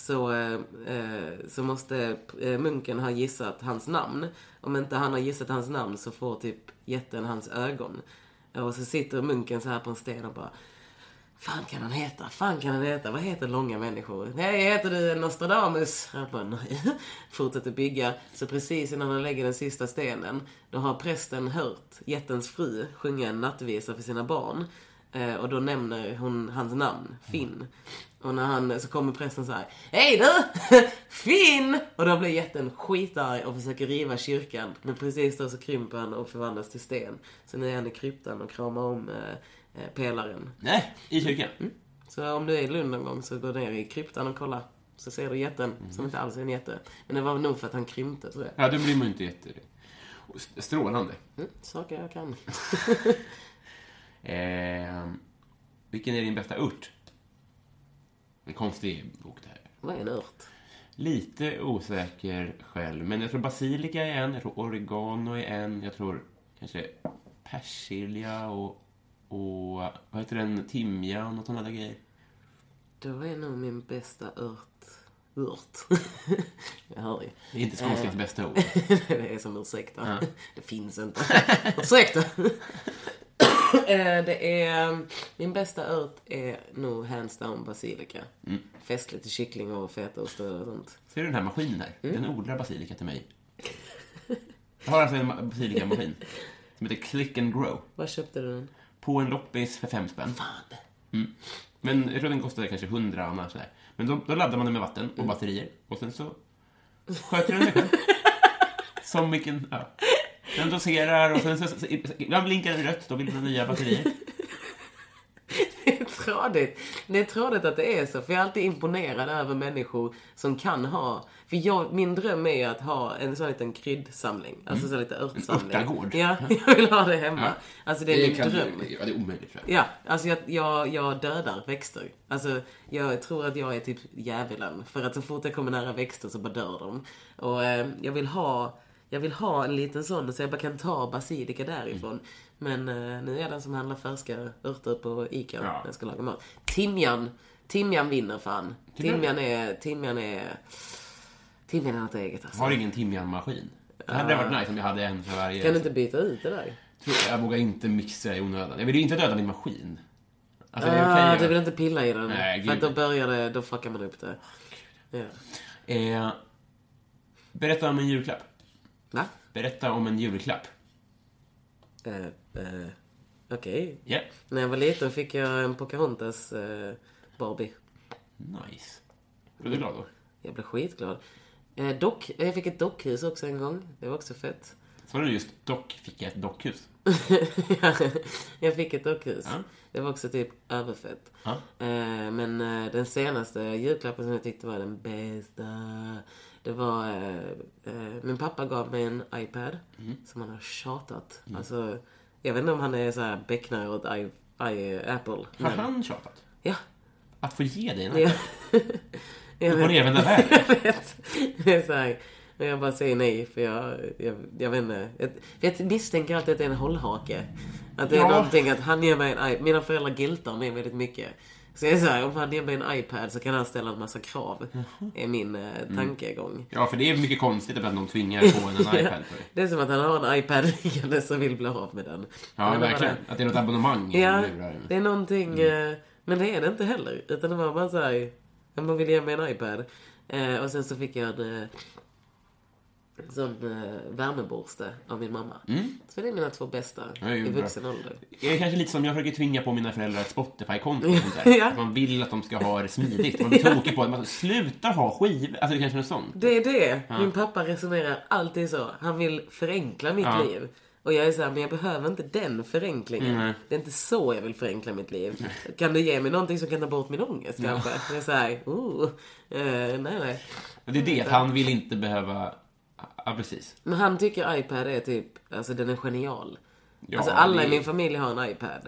så måste munken ha gissat hans namn. Om inte han har gissat hans namn så får typ jätten hans ögon. Och så sitter munken så här på en sten och bara, fan kan han heta? Vad heter långa människor? Nej, heter du Nostradamus? Jag bara, nej. Fortsätter bygga. Så precis innan han lägger den sista stenen, då har prästen hört jättens fru sjunga en nattvisa för sina barn. Och då nämner hon hans namn, Finn. Och när så kommer prästen så här, hej du! Finn! Och då blir jätten skitarg och försöker riva kyrkan. Men precis då så krymper han och förvandlas till sten. Så nu är han i kryptan och kramar om pelaren. Nej, i kyrkan. Så om du är i Lund någon gång så går ner i kryptan och kolla. Så ser du jätten, som inte alls är en jätte. Men det var nog för att han krympte, tror jag. Ja, då blir man inte jätte. Strålande. Saker jag kan. Vilken är din bästa ört? En konstig bok det här. Vad är en ört? Lite osäker själv. Men jag tror basilika är en. Jag tror oregano är en. Jag tror kanske persilja och vad heter den? Timjan och sådana där grejer. Då är nog min bästa ört. Jag hör ju. Det är inte skånskans bästa ord. Det är som ursäkta. Ja. Det finns inte. Ursäkta. Min bästa ört är nog hands down basilika. Festligt till kyckling och fetaost och sånt. Ser du den här maskinen där? Den odlar basilika till mig. Jag har alltså en basilikamaskin som heter Click and Grow. Var köpte du den? På en loppis för 5 spänn. Fan. Men jag tror den kostade kanske 100 annars. Sådär. Men då laddar man den med vatten och batterier. Och sen så sköter den sig själv. Som vilken... Ja. Den doserar och sen så ibland blinkar den rött, då vill man nya batterier. Det är trådigt att det är så. För jag är alltid imponerad över människor som kan ha... För min dröm är ju att ha en sån liten kryddsamling. Alltså så lite örtsamling. Örtagård. Ja, jag vill ha det hemma. Ja. Alltså det är min dröm. Ja, det är omöjligt tror jag. Ja, alltså jag dödar växter. Alltså jag tror att jag är typ djävulen. För att så fort jag kommer nära växter så bara dör de. Och jag vill ha en liten sån så jag bara kan ta basilika därifrån. Men nu är den som handlar färska örter på Ica när jag ska laga mat. Timjan vinner fan. Timjan är något eget alltså. Har ingen timjanmaskin. Det hade varit nice om jag hade en för varje. Kan du inte byta ut det där? Jag vågar inte mixa i onödan. Jag vill ju inte döda min maskin. Alltså, det är okej. Du vill inte pilla i den. Nej, för att då fuckar man upp det. Ja. Berätta om en julklapp. Va? Berätta om en julklapp. Okej. Yeah. När jag var liten fick jag en Pocahontas Barbie. Nice. Blev du glad då? Jag blev skitglad. Jag fick ett dockhus också en gång. Det var också fett. Så var det just fick jag ett dockhus. Jag fick ett dockhus. Ja. Det var också typ överfett. Ja. Men den senaste julklappen som jag tyckte var den bästa, det var min pappa gav mig en iPad som han har tjatat. Alltså, jag vet inte om han är så här becknar åt Apple. Har han tjatat? Ja. Att få ge dig en Ja. Du får även det här. Jag vet. Det är så här. Men jag bara säger nej, för jag vet inte. Jag misstänker alltid att det är en hållhake. Att det är någonting att han ger mig en iPad. Mina föräldrar giltar mig väldigt mycket. Så jag är så här, om han ger mig en iPad så kan han ställa en massa krav. Är min tankegång. Ja, för det är mycket konstigt att någon tvingar på en iPad för det är som att han har en iPad liggande som vill bli av med den. Ja, men verkligen. Att det är något abonnemang. Ja, det är någonting. Men det är det inte heller. Utan det var bara så här, man vill ge mig en iPad. Och sen så fick jag en sån värmeborste av min mamma. Så det är mina 2 bästa i vuxen ålder. Jag är kanske lite som jag försöker tvinga på mina föräldrar ett Spotify-konto. Ja. Man vill att de ska ha det smidigt. Man blir tokig på att man slutar ha skivor. Alltså det kanske är något sånt. Det är det. Ja. Min pappa resonerar alltid så. Han vill förenkla mitt liv. Och jag är så här, men jag behöver inte den förenklingen. Det är inte så jag vill förenkla mitt liv. Kan du ge mig någonting som kan ta bort min ångest kanske? Det är så här, nej. Det är det, att han vill inte behöva... Ja, precis. Men han tycker iPad är typ, alltså den är genial. Ja, alltså alla i min familj har en iPad.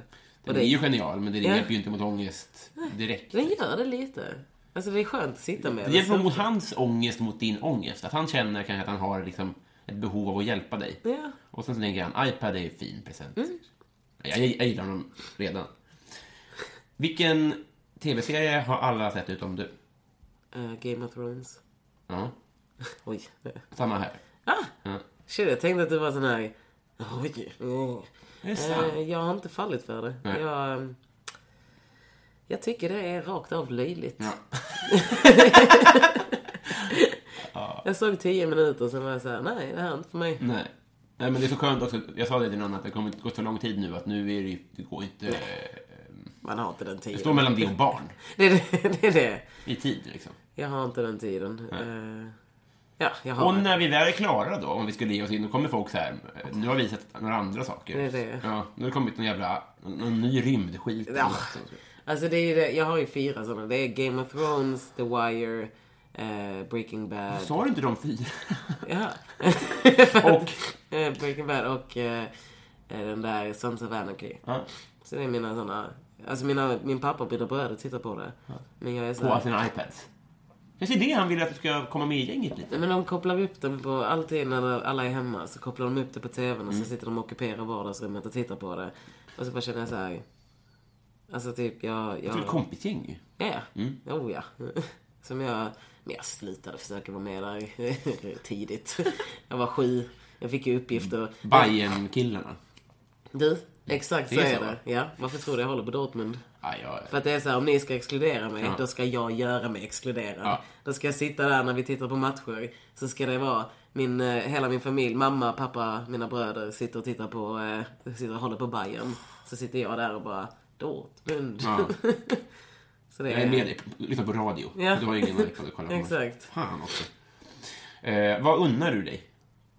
Den är ju genial, men det hjälper ju inte mot ångest direkt. Den gör det lite. Alltså det är skönt att sitta med. Det hjälper mot hans ångest mot din ångest. Att han känner kanske att han har liksom ett behov av att hjälpa dig. Ja. Och sen så tänker han, iPad är en fin present. Jag gillar honom redan. Vilken tv-serie har alla sett utom du? Game of Thrones. Ja. Oj. Samma här. Ja. Shit, jag tänkte att du var sån här... Oj. Det är sant. Jag har inte fallit för det. Jag tycker det är rakt av löjligt. Ja. Jag såg 10 minuter och sen var jag så här, nej, det här är inte för mig. Nej, men det är så skönt också. Jag sa det till någon att det kommer inte gå så lång tid nu. Att nu är det går inte... Man har inte den tiden. Det står mellan det och barn. Det är det. I tid liksom. Jag har inte den tiden. Jag har och när vi väl är klara då, om vi skulle ge oss in, då kommer folk så här. Nu har vi sett några andra saker. Det är det. Ja, nu har det kommit någon ny rymdskit. Ja. Alltså det är det. Jag har ju 4 sådana. Det är Game of Thrones, The Wire, Breaking Bad. Sa du inte de 4? Ja. Och Breaking Bad och den där Sons of Anarchy. Ja. Så det är mina sådana. Alltså min pappa och mina bröder tittar på det. Ja. Men jag är så på sina iPads. Jag ser det, han vill att du ska komma med i gänget lite. Men de kopplar upp det på, alltid när alla är hemma så kopplar de upp det på tvn och så sitter de och ockuperar vardagsrummet och tittar på det. Och så bara känner jag så här. Alltså typ jag tror ett kompisgäng. Ja. Oh ja. Som men jag slutade försöka vara med där tidigt. Jag var 7. Jag fick ju uppgifter. Bayern-killarna. Du, exakt så är så. det. Ja, varför tror du jag håller på Dortmund? Ja. För att det är så här, om ni ska exkludera mig, då ska jag göra mig exkluderad. Ja. Då ska jag sitta där när vi tittar på matcher. Så ska det vara hela min familj, mamma, pappa, mina bröder sitter och tittar på, sitter och håller på Bayern. Så sitter jag där och bara, Dortmund. Ja. Så det jag är med dig, lyssna på radio. Ja. Du har ingen iPad att kolla på. Exakt. Fan också. Vad unnar du dig?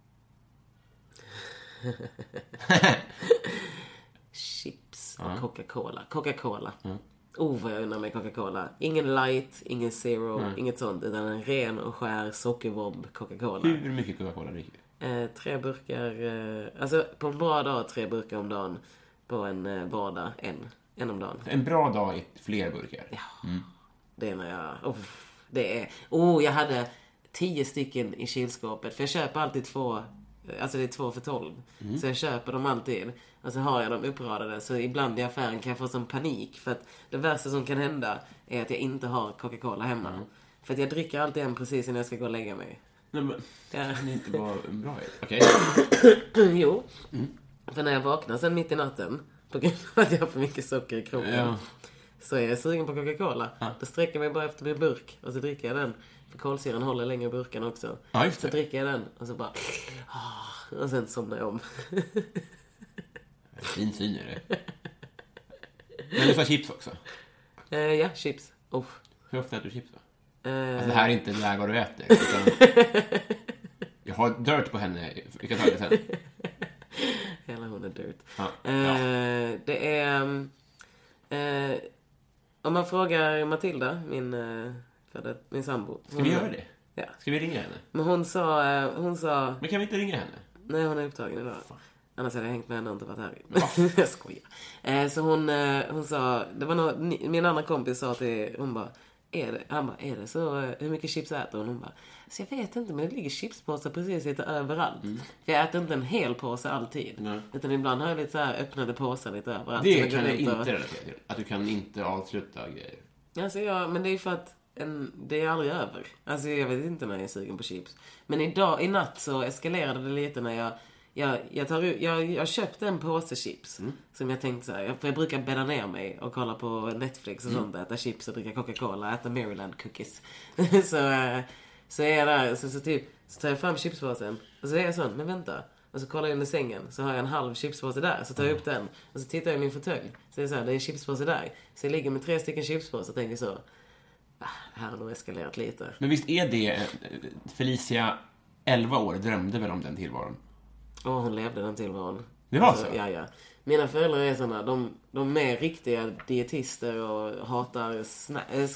Chips och Coca-Cola. Vad jag undrar med Coca-Cola. Ingen light, ingen zero, inget sånt. Utan en ren och skär sockerbob Coca-Cola. Hur mycket Coca-Cola dricker du? 3 burkar. Alltså på en bra dag 3 burkar om dagen. På en bra dag en om dagen. En bra dag är fler burkar. Ja. Det är när jag... jag hade 10 stycken i kylskåpet. För jag köper alltid 2... Alltså det är 2 för 12. Så jag köper dem alltid. Och så har jag dem uppradade. Så ibland i affären kan jag få sån panik. För att det värsta som kan hända är att jag inte har Coca-Cola hemma. För att jag dricker alltid en precis innan jag ska gå och lägga mig. Nej, men det är inte bara en bra idé. Okej. Jo. För när jag vaknar sen mitt i natten, på grund av att jag har för mycket socker i kroppen, så är jag sugen på Coca-Cola. Då sträcker jag mig bara efter min burk och så dricker jag den. För kolsyran håller längre i burken också. Så dricker jag den och så bara... Och sen somnar jag om. Fin syn är det. Men du sa chips också? Ja, chips. Hur ofta äter du chips då? Alltså det här är inte läge vad du äter. Utan... Jag har dirt på henne. Vi kan ta det sen. Hela hon är dirt. Ja. Det är... om man frågar Matilda, min sambo. Ska vi göra det? Ja. Ska vi ringa henne? Men hon sa... Men kan vi inte ringa henne? Nej, hon är upptagen idag. Annars hade jag hängt med henne och inte varit här. Jag skojar. Så hon sa... Det var min andra kompis sa till... Hon bara... är det så... Hur mycket chips äter hon? Hon bara... Så jag vet inte, men det ligger chipspåsar precis lite överallt. För jag äter inte en hel påse alltid. Nej. Utan ibland har jag lite så här öppnade påsar lite överallt. Det kan jag inte relatera till. Att du kan inte avsluta grejer. Alltså men det är för att det är aldrig över. Alltså jag vet inte när jag är sugen på chips. Men i natt så eskalerade det lite när jag köpte en påse chips. Som jag tänkte så här, för jag brukar bädda ner mig och kolla på Netflix och sånt. Äta chips och dricka Coca-Cola, äta Maryland cookies. Så är jag där, så tar jag fram chipspåsen. Och så är jag sån, men vänta. Och så kollar jag under sängen, så har jag en halv chipspåse där. Så tar jag upp den, och så tittar jag i min fåtölj. Så är det så här, det är chipspåse där. Så jag ligger med 3 stycken chipspåsar och tänker så... det här har nog eskalerat lite. Men visst är det... Felicia, 11 år, drömde väl om den tillvaron? Hon levde den tillvaron. Det var så? Ja. Mina föräldrar är såna, de är riktiga dietister och hatar...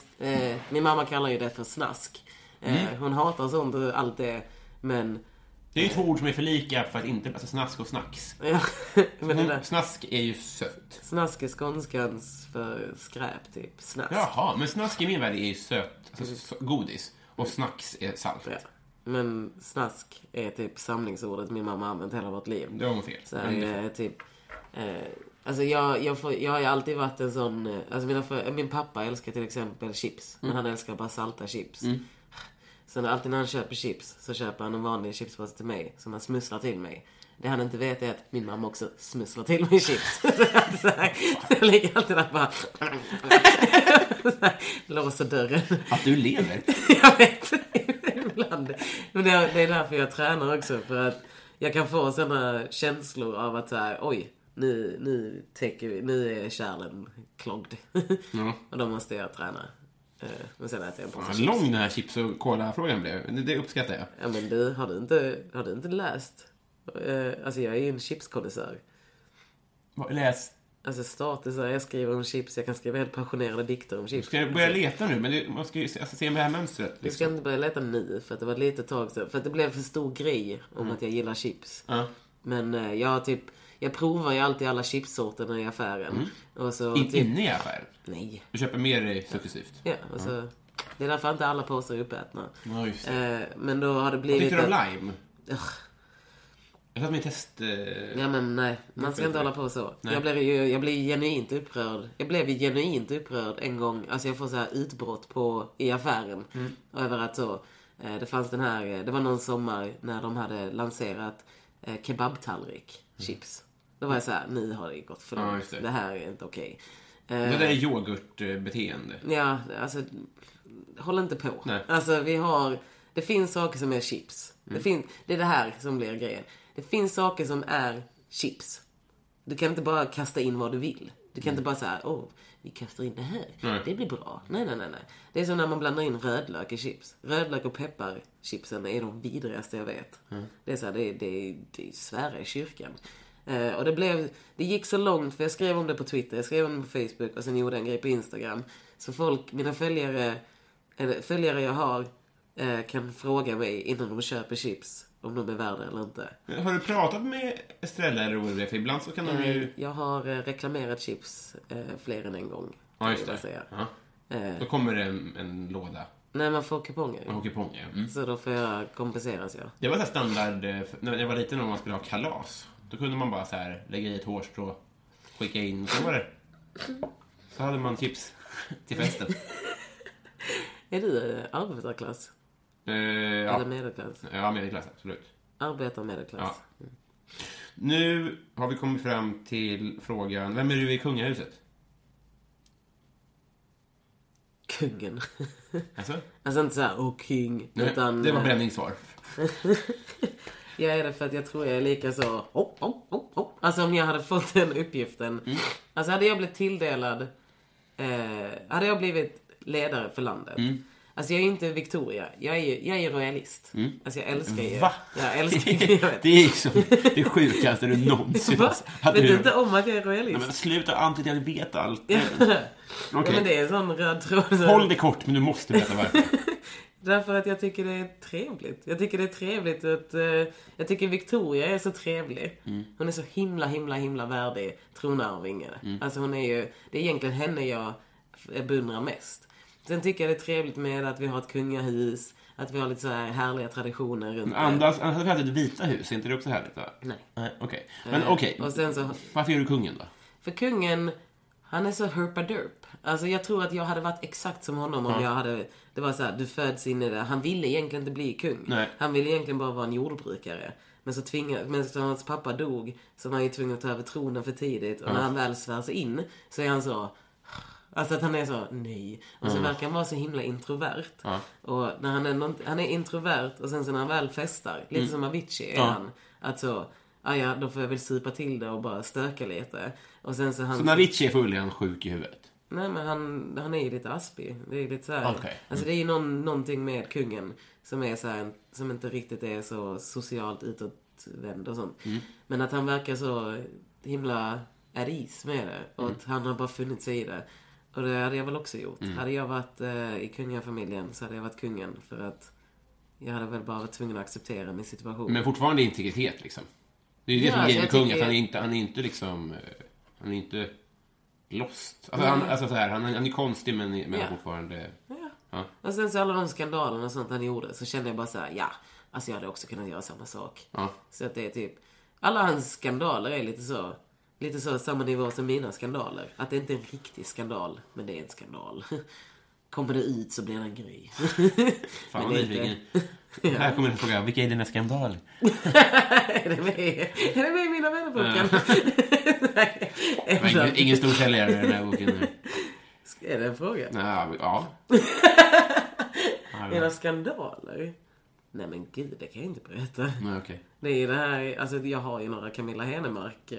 min mamma kallar ju det för snask. Hon hatar sånt och allt det. Men Det är ju 2 ord som är för lika för att inte... Alltså snask och snacks. Ja, men det där. Snask är ju sött. Snask är skånskans för skräp, typ. Snask. Jaha, men snask i min värld är ju sött. Alltså godis. Och snacks är salt. Ja. Men snask är typ samlingsordet min mamma använt hela vårt liv. Det var nog fel. Så är typ... alltså jag har ju alltid varit en sån... Alltså min pappa älskar till exempel chips. Men han älskar bara salta chips. Så alltid när han köper chips så köper han en vanlig chipspåse till mig som han smusslar till mig. Det han inte vet är att min mamma också smusslar till mig chips. Så jag ligger alltid där bara... låser dörren. Att du lever? Jag vet. Ibland. Men det är därför jag tränar också. För att jag kan få sådana känslor av att så här, oj, nu är kärlen kloggd. Och då måste jag träna. Men sen äter jag en påse chips. Lång den här chips- och cola-frågan blev. Det uppskattar jag. Ja, men har du inte läst? Alltså jag är ju en chipskondensör. Läs. Alltså statusar, jag skriver om chips. Jag kan skriva helt passionerade dikter om chips. Ska jag börja leta nu? Men man ska ju se med det här mönstret. Liksom. Du ska inte börja leta nu. För att det var lite tag sedan. För att det blev för stor grej om att jag gillar chips. Men jag provar ju alltid alla chipssorterna i affären. Och så, Inne i affären? Nej. Du köper mer successivt? Ja, och så... Det är därför inte alla påsar är uppätna. Ja, just det. Men då har det blivit... Tycker du om lime? Jag satt med test... Ja, men nej. Man ska inte hålla på så. Jag blev genuint upprörd. Jag blev genuint upprörd en gång. Alltså jag får så här utbrott i affären. Över att så... Det fanns den här... Det var någon sommar när de hade lanserat kebabtallrik chips. Då var jag så här, nu har det gått för långt. Det här är inte okej. Det där är yoghurtbeteende. Ja, alltså... Håll inte på. Nej. Alltså det finns saker som är chips. Det är det här som blir grejen. Det finns saker som är chips. Du kan inte bara kasta in vad du vill. Du kan inte bara säga, vi kastar in det här. Nej. Det blir bra. Nej. Det är som när man blandar in rödlök i chips. Rödlök och pepparchipsen är de vidrigaste jag vet. Det är så här, det är svära i kyrkan. Och det gick så långt, för jag skrev om det på Twitter, jag skrev om det på Facebook och sen gjorde jag en grej på Instagram. Så mina följare jag har kan fråga mig innan de köper chips om de är värda eller inte. Har du pratat med Estrella eller OLV? För ibland så kan de ju... Jag har reklamerat chips fler än en gång. Ja, just det. Då kommer det en låda. Nej, man får kuponger. Man får kuponger. Så då får jag kompenseras, ja. Det var så standard när jag var liten om man skulle ha kalas. Då kunde man bara så här lägga i ett hårstrå, skicka in, så var det. Så hade man chips till festen. Är du arbetarklass? Eller medelklass? Ja, medelklass, absolut. Arbetar-medelklass. Ja. Nu har vi kommit fram till frågan, vem är du i kungahuset? Kungen. Alltså inte såhär, king. Nej, utan, det var bränningssvar. Jag är det för att jag tror jag är lika så hopp. Alltså om jag hade fått den uppgiften. Alltså hade jag blivit tilldelad hade jag blivit ledare för landet. Alltså jag är inte Victoria. Jag är royalist. Alltså jag älskar ju. Va? Jag älskar ju. Det är liksom det sjukaste du någonsin vet du inte om att jag är royalist? Men sluta antyda, jag vet allt. Okay. Ja, men det är en sån röd tråd. Håll det kort, men du måste veta varför. Därför att jag tycker det är trevligt. Jag tycker det är trevligt att... jag tycker Victoria är så trevlig. Hon är så himla värdig tronarvinge. Alltså hon är ju... Det är egentligen henne jag beundrar mest. Sen tycker jag det är trevligt med att vi har ett kungahus. Att vi har lite så här härliga traditioner runt annars hade vi haft ett vita hus. Är inte det också härligt, va? Nej. Okej. Men okej. Och sen så... Varför är du kungen då? För kungen... Han är så herpaderp. Alltså jag tror att jag hade varit exakt som honom om jag hade... Det var så här, du föds in i det. Han ville egentligen inte bli kung. Nej. Han ville egentligen bara vara en jordbrukare. Men så hans pappa dog, så var han ju tvungen att ta över tronen för tidigt. Och när han väl svärs in så är han så... Alltså att han är så, nej. Och så verkar han vara så himla introvert. Och när han är introvert och sen så när han väl festar, lite som Avicii är han. Att så... då får jag väl supa till det och bara stöka lite. Och sen så när Avicii är full är han sjuk i huvudet? Nej, men han är ju lite aspig. Det är lite så här... Okay. Alltså det är ju någonting med kungen som är så här, som inte riktigt är så socialt utåtvänd och sånt. Men att han verkar så himla is med det. Och att han har bara funnit sig i det. Och det hade jag väl också gjort. Hade jag varit i kungafamiljen så hade jag varit kungen. För att jag hade väl bara varit tvungen att acceptera min situation. Men fortfarande integritet liksom. Det är ju det som är grejen med kung, att han är inte liksom, han är inte lost. Alltså, han är konstig men fortfarande... Ja. Och sen så alla de skandalerna och sånt han gjorde, så kände jag bara så här: ja, alltså jag hade också kunnat göra samma sak. Så att det är typ, alla hans skandaler är lite så samma nivå som mina skandaler. Att det inte är en riktig skandal, men det är en skandal. Kommer det ut så blir det en grej. Fan vad nyfiken. Här kommer en fråga, vilka är dina skandaler? Är det med i mina vännerboken? Ingen stor säljare i den här boken nu. Är det en fråga? Ja. Era skandaler? Nej men gud, det kan jag inte berätta. Nej, okay. Det är det här, alltså jag har ju några Camilla Henemark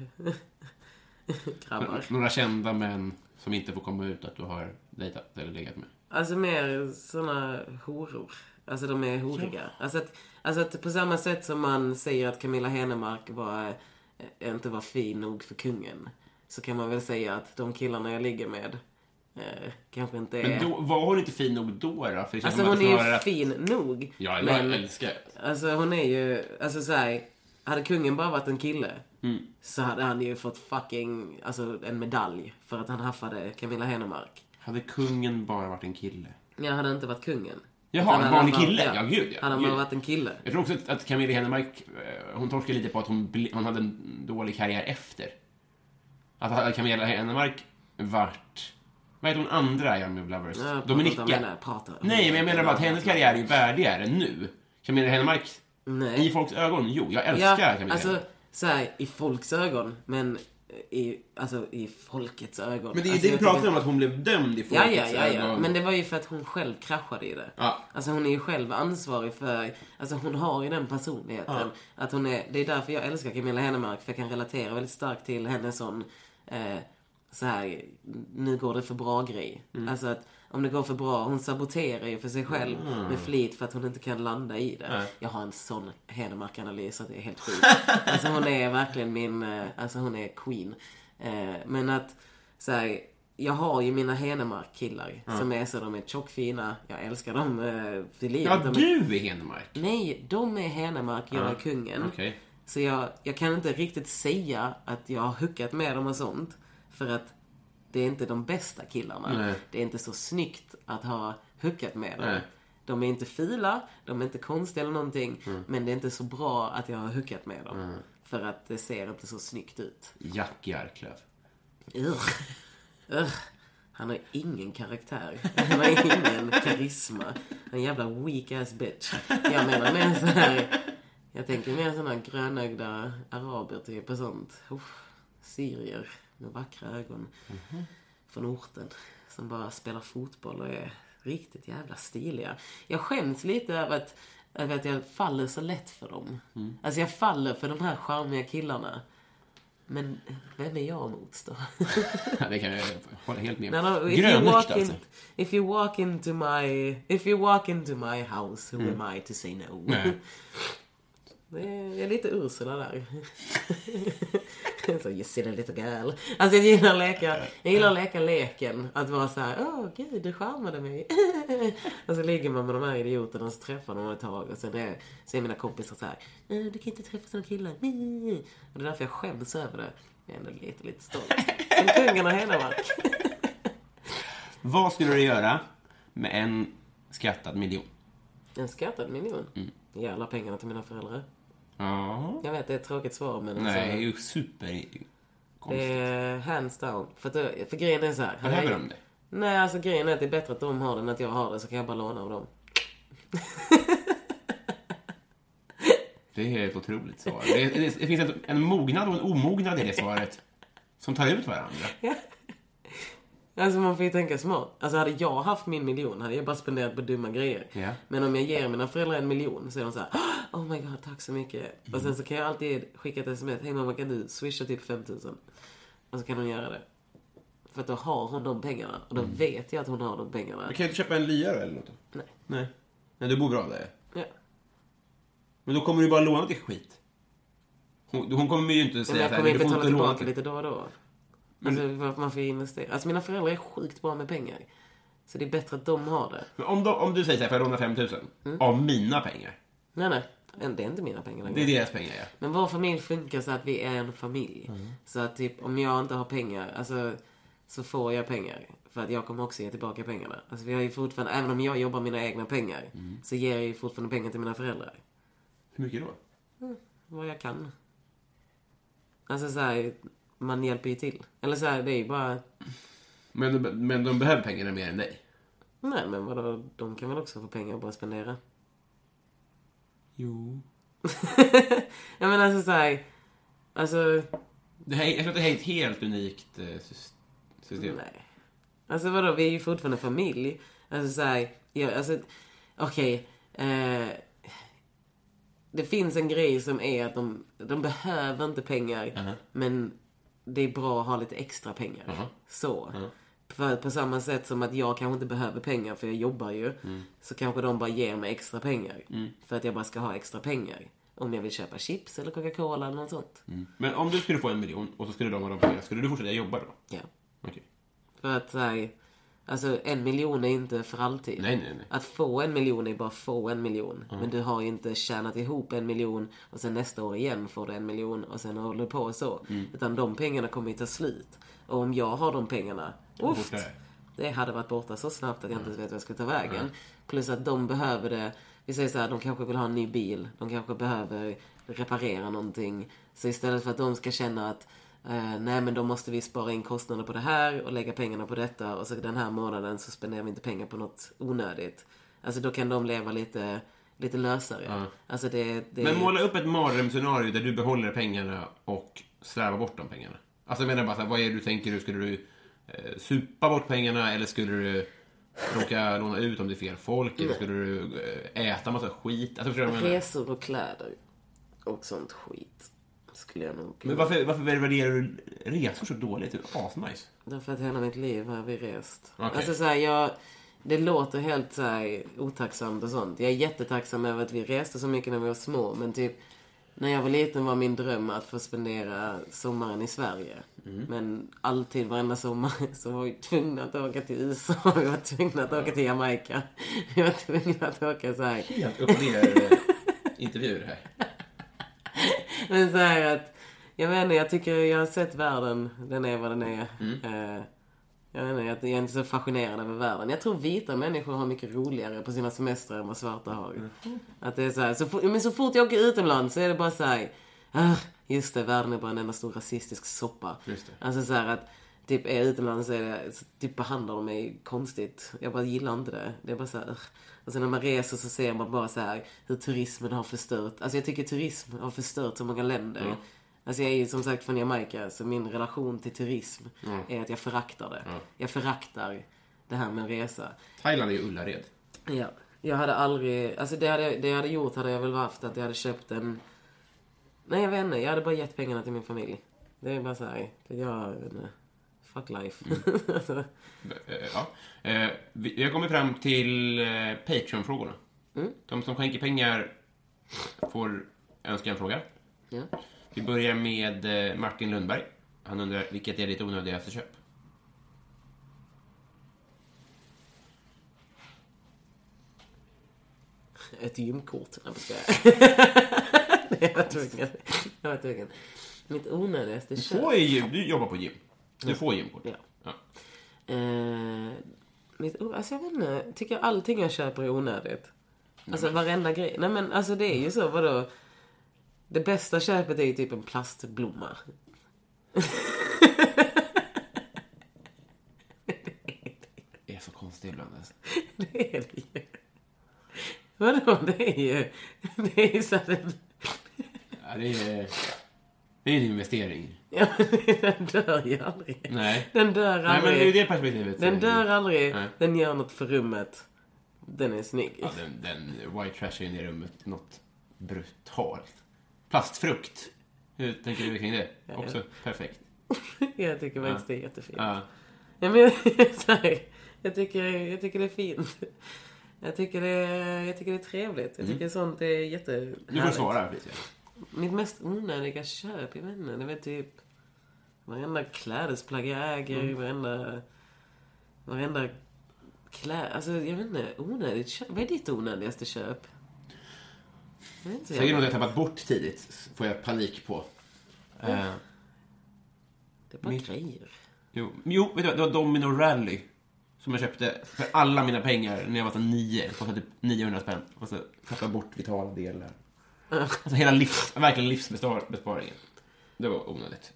grabbar. Några kända män som inte får komma ut att du har dejtat eller legat med. Alltså mer såna horor. Alltså de är horiga. Alltså att på samma sätt som man säger att Camilla Henemark inte var fin nog för kungen, så kan man väl säga att de killarna jag ligger med kanske inte är... Men då, var hon inte fin nog då? För alltså hon är ju fin nog. Ja, jag älskar. Alltså hon är ju... Alltså såhär, hade kungen bara varit en kille så hade han ju fått fucking... Alltså en medalj för att han haffade Camilla Henemark. Hade kungen bara varit en kille? Jag hade inte varit kungen. Jaha, en vanlig kille? Ja, gud. Ja. Hade han bara varit en kille. Jag tror också att Camilla Henemark, hon torskade lite på att hon hade en dålig karriär efter. Att hade Camilla Henemark varit... Vad heter hon andra i Army of Lovers? Dominika. Nej, men jag menar bara att hennes karriär är ju värdigare nu. Camilla Henemark, i folks ögon, jo, jag älskar Camilla Henemark. Alltså, såhär, i folks ögon, men i folkets ögon. Men det är ju det vi pratar om, att hon blev dömd i folkets ögon. Ja, men det var ju för att hon själv kraschade i det. Ja. Alltså hon är ju själv ansvarig för, alltså hon har ju den personligheten. Ja. Att hon är, det är därför jag älskar Camilla Henemark, för jag kan relatera väldigt starkt till hennes sån... så här, nu går det för bra grej. Alltså att om det går för bra, hon saboterar ju för sig själv med flit för att hon inte kan landa i det. Jag har en sån Henemark-analys att det är helt sjukt. Alltså hon är verkligen min, alltså hon är queen. Men att så här, jag har ju mina Henemark-killar som är så, de är tjockfina. Jag älskar dem till livet. Ja, du är Henemark. Nej, de är Henemark, jag är kungen. Okay. Så jag kan inte riktigt säga att jag har huckat med dem och sånt. För att det är inte de bästa killarna. Nej. Det är inte så snyggt att ha huckat med dem. Nej. De är inte fila, de är inte konstiga eller någonting. Men det är inte så bra att jag har huckat med dem. För att det ser inte så snyggt ut. Jack Jarklöv. Han har ingen karaktär. Han har ingen karisma. En jävla weak ass bitch. Jag menar mer så här... Jag tänker mer sådana grönögda araber typ och sånt. Syrier med vackra ögon från orten som bara spelar fotboll och är riktigt jävla stiliga. Jag skäms lite över att jag faller så lätt för dem. Alltså jag faller för de här charmiga killarna. Men vem är jag mot då? Det kan jag hålla helt med. Grönögt alltså. If you walk into my house, who am I to say no? Jag är lite Ursula där. Så you silly little girl. Alltså jag gillar att leka leken. Att vara så här: åh gud, du charmade mig. Och så ligger man med de här idioterna och så träffar de ett tag. Och sen är mina kompisar så här: du kan inte träffa såna killar. Och det är därför jag skäms över det. Jag är ändå lite stolt. Som kungen och Henemark. Vad skulle du göra med en skattad miljon? En skattad miljon? Ge alla pengarna till mina föräldrar. Ja. Jag vet, det är ett tråkigt svar, men... Nej, det är ju superkonstigt. Det är hands down. För grejen är så här... Behöver de det? Nej, alltså grejen är att det är bättre att de har det än att jag har det, så kan jag bara låna av dem. Det är ett otroligt svar. Det finns en mognad och en omognad i det svaret som tar ut varandra. Ja. Alltså man får ju tänka smart. Alltså hade jag haft min miljon hade jag bara spenderat på dumma grejer. Yeah. Men om jag ger mina föräldrar 1 miljon så är de så här: oh my god, tack så mycket. Och sen så kan jag alltid skicka ett sms: hej mamma, kan du swisha typ 5 000? Och så kan hon göra det. För att då har hon de pengarna. Och då vet jag att hon har de pengarna. Men kan jag inte köpa en lyare eller något? Nej. Men du bor bra där. Ja. Men då kommer du bara låna till skit. Hon kommer ju inte säga att jag kommer ju betala tillbaka lite då och då. Alltså man får investera. Alltså mina föräldrar är sjukt bra med pengar. Så det är bättre att de har det. Men om du säger så här, för jag låna 5 000 av mina pengar. Nej. Det är inte mina pengar längre. Det är deras pengar, ja. Men vår familj funkar så att vi är en familj. Så att typ, om jag inte har pengar, alltså, så får jag pengar. För att jag kommer också ge tillbaka pengarna. Alltså vi har ju fortfarande, även om jag jobbar mina egna pengar, så ger jag ju fortfarande pengar till mina föräldrar. Hur mycket då? Vad jag kan. Alltså så här, man hjälper ju till. Eller så här, det är ju bara... Men de behöver pengarna mer än dig? Nej, men vadå? De kan väl också få pengar och bara spendera? Jo. Ja, men alltså så här... Alltså... Jag tror att det här är ett helt unikt system. Nej. Alltså vadå? Vi är ju fortfarande familj. Alltså så här... Ja, alltså... Okej. Det finns en grej som är att de behöver inte pengar. Men det är bra att ha lite extra pengar. Så. För på samma sätt som att jag kanske inte behöver pengar för jag jobbar ju. Så kanske de bara ger mig extra pengar. För att jag bara ska ha extra pengar. Om jag vill köpa chips eller Coca-Cola eller något sånt. Men om du skulle få 1 miljon och så skulle de ha de pengarna, skulle du fortsätta jobba då? Ja. Okej. För att säga, alltså 1 miljon är inte för alltid. Nej. Att få 1 miljon är bara få 1 miljon. Men du har ju inte tjänat ihop 1 miljon och sen nästa år igen får du 1 miljon och sen håller på så. Utan de pengarna kommer ju ta slut. Och om jag har de pengarna, det hade varit borta så snabbt att jag inte vet vad jag ska ta vägen. Plus att de behöver det. Vi säger så här, de kanske vill ha en ny bil. De kanske behöver reparera någonting. Så istället för att de ska känna att nej, men då måste vi spara in kostnader på det här och lägga pengarna på detta. Och så den här månaden så spenderar vi inte pengar på något onödigt. Alltså då kan de leva lite lösare. Alltså Men måla upp ett mardrömsscenario där du behåller pengarna och slarvar bort de pengarna. Alltså jag menar bara så här, vad är det du tänker? Skulle du supa bort pengarna eller skulle du råka låna ut om det är fel folk? Eller skulle du äta massa skit? Alltså, resor och kläder och sånt skit skulle jag nog... Men varför värderar du resor så dåligt? Det är asnice. Därför att hela mitt liv har vi rest. Okay. Alltså så här, det låter helt så här otacksamt och sånt. Jag är jättetacksam över att vi reste så mycket när vi var små. Men typ, när jag var liten var min dröm att få spendera sommaren i Sverige. Men alltid, varenda sommar, så var vi tvungna att åka till USA. Vi var tvungna att åka till Jamaica. Vi var tvungna att åka så här. Helt upp och ner intervjuer här. Men så här att, jag vet inte, jag tycker jag har sett världen. Den är vad den är. Jag vet inte, jag är inte så fascinerad över världen. Jag tror vita människor har mycket roligare på sina semestrar än vad svarta har. Att det är så här, men så fort jag åker utomlands så är det bara så här, just det, världen är bara en enda stor rasistisk soppa. Alltså så här att typ är utomlands så är det, typ behandlar de mig konstigt. Jag bara gillar inte det. Det är bara så här, och sen när man reser så ser man bara så här hur turismen har förstört. Alltså jag tycker turism har förstört så många länder. Alltså jag är ju som sagt från Jamaica, så min relation till turism är att jag föraktar det. Jag föraktar det här med en resa. Thailand är ju Ullared. Ja, jag hade aldrig... Alltså det jag hade gjort hade jag väl haft att jag hade köpt en... Nej, jag vet inte. Jag hade bara gett pengarna till min familj. Det är bara så här, jag vet inte. Fuck life. Ja. Vi har kommit fram till Patreon-frågorna. De som skänker pengar får önska en fråga. Ja. Vi börjar med Martin Lundberg. Han undrar, vilket är ditt onödigaste köp? Ett gymkort. Jag var tvungen. Mitt onödigaste köp. Du jobbar på gym. Du får gymkort. Ja. Alltså jag vet inte. Tycker allting jag köper är onödigt. Alltså varenda grej. Nej men alltså det är ju så, vadå? Det bästa köpet är ju typ en plastblomma. Det är så konstigt ibland. Alltså. Det är det ju. Vadå? Det är ju så att ja, det är en investering. Ja, den dör ju aldrig. Nej. Den dör aldrig. Nej, men det är det perspektivet. Den dör aldrig. Nej. Den gör något för rummet. Den är snygg. Ja, den white trash in i rummet. Något brutalt. Plastfrukt. Hur tänker du kring det? Ja, också perfekt. Jag tycker faktiskt det är jättefint. Ja. Ja, men jag tycker det är fint. Jag tycker det är trevligt. Jag tycker sånt är jättehärligt. Du får svara, Felicia. Mitt mest onödiga köp, jag vet inte. Det är typ varenda klädesplagg jag äger, varenda Alltså, jag vet inte. Onödigt köp. Vad är ditt onödigaste köp? Så är det något jag tappat bort tidigt. Får jag panik på. Det är bara grejer. Jo, vet du, det var Domino Rally. Som jag köpte för alla mina pengar när jag var så 9. Det kostade typ 900 spänn. Och så tappade jag bort vitala delar. Alltså verkligen livsbesparingen. Det var onödigt.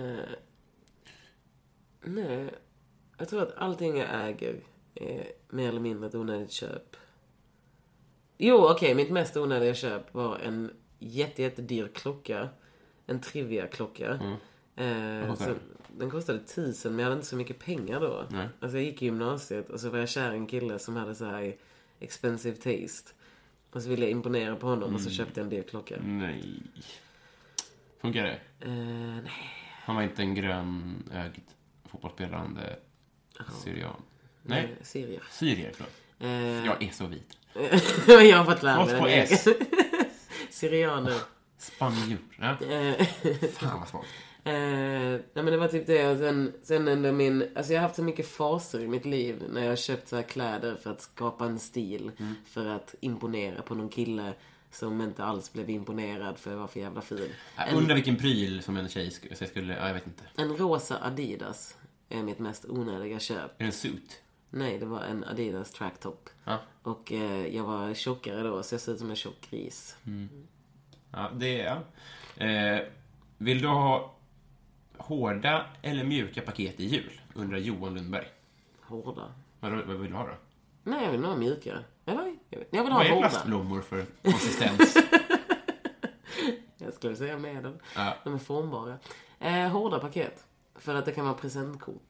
Nej. Jag tror att allting jag äger är mer eller mindre ett onödigt köp. Jo, okej. Mitt mest onödiga köp var en jättedyr klocka. En Trivia-klocka. Den kostade 1000, men jag hade inte så mycket pengar då. Nej. Alltså jag gick i gymnasiet och så var jag kär i en kille som hade så här expensive taste. Och så ville jag imponera på honom och så köpte jag en dyr klocka. Nej. Funkar det? Nej. Han var inte en grönögd fotbollsspelande syrian. Nej. Syrier, förlåt. Jag är så vit. jag har fått lära mig. Något på S. Syrianer. Spanjor. Ja. Fan vad svagt. Nej, men det var typ det. Och sen ändå alltså jag har haft så mycket faser i mitt liv när jag har köpt så här kläder för att skapa en stil. För att imponera på någon kille som inte alls blev imponerad för jag var för jävla ful. Jag undrar vilken pryl som en tjej skulle... Ja, jag vet inte. En rosa Adidas är mitt mest onödiga köp. Är det en suit? Nej, det var en Adidas tracktop. Ja. Och jag var tjockare då, så jag såg ut som en tjock gris. Ja, det är... Vill du ha hårda eller mjuka paket i jul? Undrar Johan Lundberg. Hårda. Vad vill du ha då? Nej, jag vill ha mjuka. Eller? Jag vill ha vad är hårda. plastblommor för konsistens? Jag skulle säga medel. Ja. De är formbara. Hårda paket. För att det kan vara presentkort.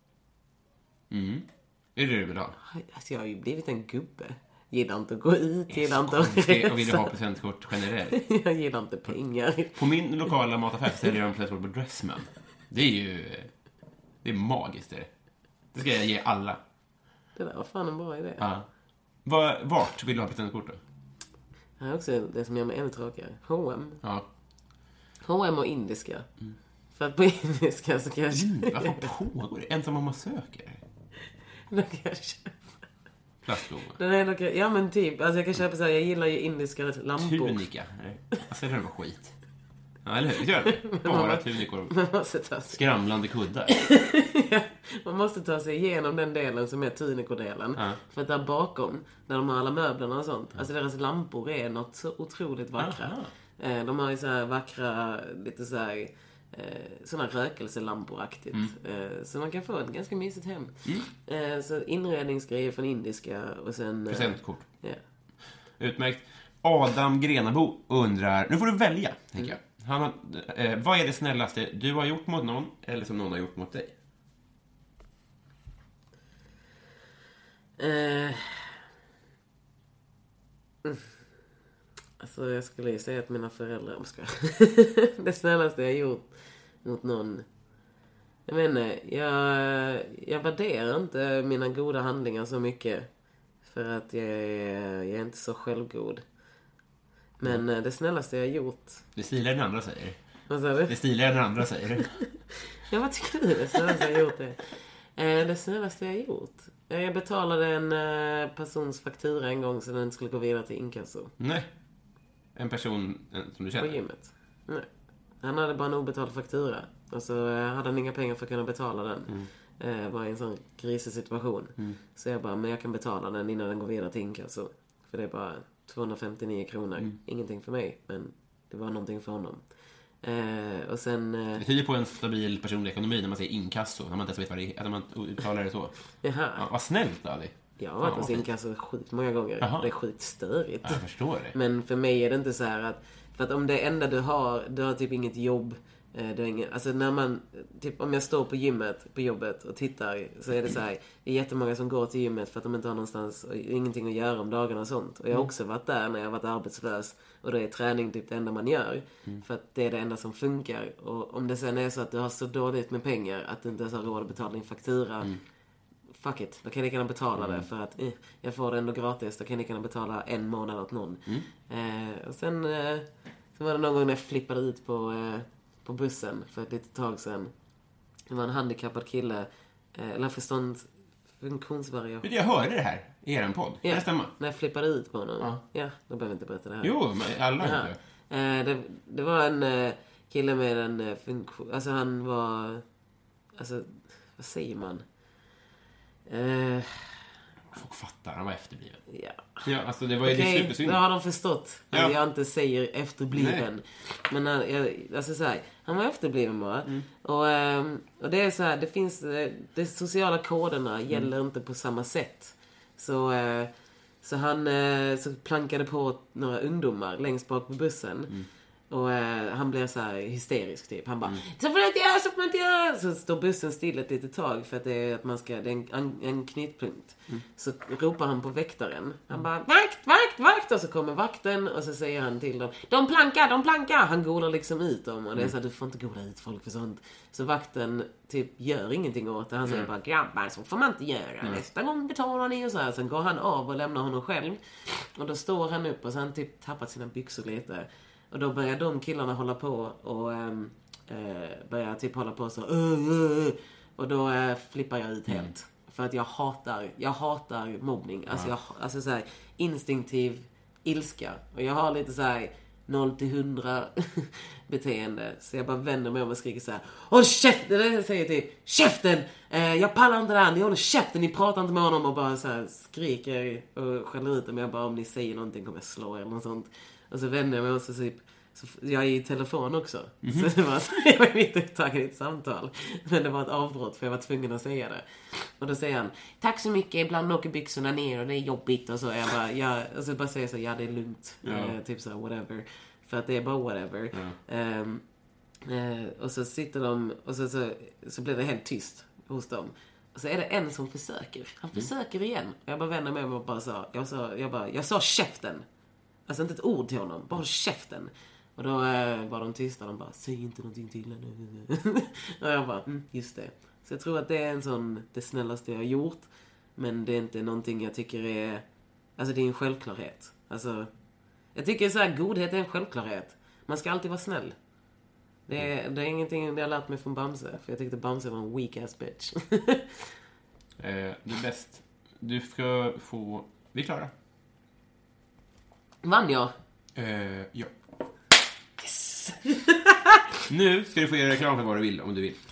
Är det du vill ha? Alltså jag har ju blivit en gubbe. Gillar inte att gå ut, gillar inte att resa. Och vill du ha presentkort generellt? Jag gillar inte pengar. På min lokala mataffär säljer de presentkort på Dressman. Det är ju... Det är magiskt det. Det ska jag ge alla. Det där var fan en bra idé. Ja. Vart vill du ha presentkort då? Det är också det som gör mig ännu tråkigare. H&M. Ja. H&M och indiska. För att på indiska så kan jag Vad fan pågår det? Ensam om man söker. Då kan jag köpa. Plastblommor. Ja men typ. Alltså jag kan köpa så här. Jag gillar ju indiska lampor. Tunika. Alltså det var skit. Ja, eller hur? Gör det. Bara tunikor. Man måste ta sig. Skramlande kuddar. Man måste ta sig igenom den delen som är tunikodelen. Ja. För att där bakom, där de har alla möblerna och sånt. Alltså deras lampor är något så otroligt vackra. De har ju så här vackra, lite så här såna rökelselamporaktigt. Så man kan få ett ganska mysigt hem. Så inredningsgrejer från indiska och sen... Presentkort. Ja. Utmärkt. Adam Grenabo undrar, nu får du välja, tänker jag. Vad är det snällaste du har gjort mot någon eller som någon har gjort mot dig? Alltså jag skulle ju säga att mina föräldrar det snällaste jag gjort mot någon. Jag menar, jag värderar inte mina goda handlingar så mycket. För att jag är inte så självgod. Men det snällaste jag gjort... Det stiligare än andra säger. Vad sa du? Det stiligare än andra säger. Ja, vad tycker du? Det snällaste jag gjort det. Det snällaste jag gjort. Jag betalade en persons faktura en gång så den skulle gå vidare till inkasso. Nej. En person som du känner? På gymmet. Nej. Han hade bara en obetald faktura. Och så hade han inga pengar för att kunna betala den. Var i en sån grisig situation. Så jag bara, men jag kan betala den innan den går vidare till inkasso. För det är bara 259 kronor. Ingenting för mig, men det var någonting för honom. Och sen... Det tyder på en stabil personlig ekonomi när man säger inkasso. När man inte vet vad det är. Att man uttalar det så. Jaha. Ja, vad snällt, Ali. Jag har varit hos inkasso sjukt många gånger. Jaha. Det är sjukt störigt. Jag förstår det. Men för mig är det inte så här att... För att om det enda du har typ inget jobb. Du har ingen, alltså när man... Typ om jag står på gymmet, på jobbet och tittar. Så är det så här. Det är jättemånga som går till gymmet för att de inte har någonstans... Och ingenting att göra om dagarna och sånt. Och jag har också varit där när jag har varit arbetslös. Och då är träning typ det enda man gör. För att det är det enda som funkar. Och om det sen är så att du har så dåligt med pengar att du inte ens har råd att betala din faktura... Fuck it, då kan jag lika gärna betala det. För att jag får det ändå gratis. Då kan jag lika gärna betala en månad åt någon. Och sen var det någon gång när jag flippade ut på bussen för ett litet tag sedan. Det var en handikappad kille. Eller funktionsvariation. Jag hörde det här i er podd. Ja, det stämmer. när jag flippade ut på honom. Ja, då behöver jag inte berätta det här. Jo, men alla hörde det. Det var en kille med en funktion... Alltså han var... Alltså, vad säger man? Folk fattar, han var efterbliven. Ja. Ja, alltså det var ju det supersynd. Då har de förstått att jag inte säger efterbliven. Nej. Men alltså så här, han var efterbliven bara. Och det är så här, det finns... De sociala koderna gäller inte på samma sätt. Så han så plankade på några ungdomar längst bak på bussen. Och han blev så här hysterisk typ. Han bara, så får man inte göra. Så står bussen still ett litet tag för att det är, det är en knutpunkt. Så ropar han på väktaren. Han bara, vakt! Och så kommer vakten och så säger han till dem, de plankar! Han golar liksom ut dem. Och det är så här, du får inte gola ut folk för sånt. Så vakten typ gör ingenting åt det. Han säger bara, grabbar, så får man inte göra. Nästa gång betalar ni och så här. Sen går han av och lämnar honom själv. Och då står han upp och så har han typ tappat sina byxor lite. Och då börjar de killarna hålla på och börjar typ hålla på så. Och då flippar jag ut helt. För att jag hatar mobbning. Alltså så här, instinktiv ilska. Och jag har lite så här 0-100 beteende. Så jag bara vänder mig om och skriker så här: håll käften! Jag säger typ, käften! Jag pallar inte där, ni håller käften, ni pratar inte med honom. Och bara så här skriker och skäller ut dem. Jag bara, om ni säger någonting kommer jag slå eller något sånt. Och så vänder jag mig och så typ, jag är i telefon också. Så det var jag var mitt upptagen i ett samtal. Men det var ett avbrott för jag var tvungen att säga det. Och då säger han, tack så mycket, ibland åker byxorna ner och det är jobbigt. Och så jag bara, och så bara säger så, ja det är lugnt. Typ så, whatever. För att det är bara whatever. Och så sitter de, och så blir det helt tyst hos dem. Och så är det en som försöker. Han försöker igen. Jag bara vänder mig och bara sa, jag sa käften. Alltså inte ett ord till honom, bara käften. Och då var de tysta, de bara, säg inte någonting till henne. Och jag bara, just det. Så jag tror att det är det snällaste jag har gjort. Men det är inte någonting jag tycker är, alltså det är en självklarhet. Alltså, jag tycker så här, godhet är en självklarhet. Man ska alltid vara snäll. Det är ingenting jag har lärt mig från Bamse. För jag tyckte Bamse var en weak ass bitch. Det är bäst. Du ska få, vi är klara. Vann jag? Ja. Yes! Nu ska du få göra reklam för vad du vill, om du vill.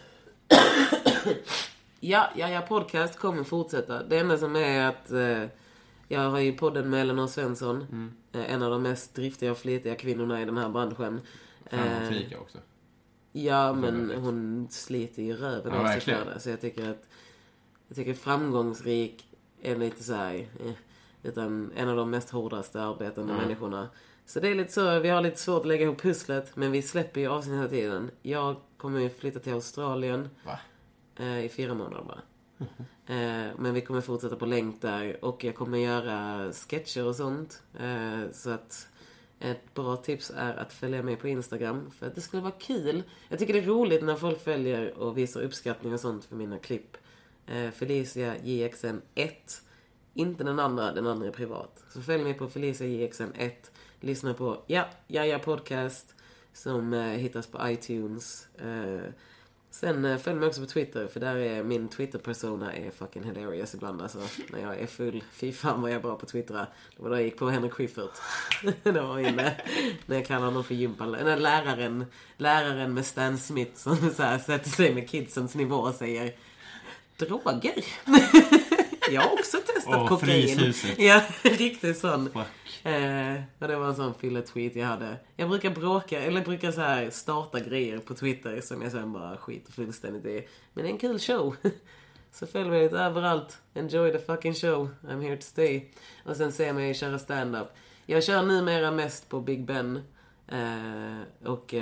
Ja, podcast kommer fortsätta. Det enda som är att jag har ju podden med Eleanor Svensson. En av de mest driftiga och flitiga kvinnorna i den här branschen. Framgångsrika också. Ja, men hon sliter ju röven av sig för det. Så jag tycker framgångsrik är lite så här... utan en av de mest hårdaste arbetande människorna. Så det är lite så, vi har lite svårt att lägga ihop pusslet, men vi släpper ju avsnitt hela tiden. Jag kommer ju flytta till Australien i 4 månader bara. Men vi kommer fortsätta på länk där, och jag kommer göra sketcher och sånt. Så att ett bra tips är att följa mig på Instagram, för att det skulle vara kul. Jag tycker det är roligt när folk följer och visar uppskattning och sånt för mina klipp. Felicia JXN1. Inte den andra är privat. Så följ mig på Felicia JXN1. Lyssna på Ja podcast som hittas på iTunes. Sen följ mig också på Twitter, för där är min Twitter-persona är fucking hilarious ibland. Alltså, när jag är full, fy fan vad jag är bra på Twitter. Det var då jag gick på Henrik Schyffert. Det var inne när jag kallar honom för gympan. Läraren med Stan Smith som så här, sätter sig med kidsens nivå och säger droger. Jag har också testat kokain. Ja, riktigt sån. Och det var en sån fylla-tweet jag hade. Jag brukar så här starta grejer på Twitter som jag sen bara skiter fullständigt i. Men det är en kul show. Så följ mig lite överallt. Enjoy the fucking show. I'm here to stay. Och sen ser mig köra stand-up. Jag kör numera mest på Big Ben. Och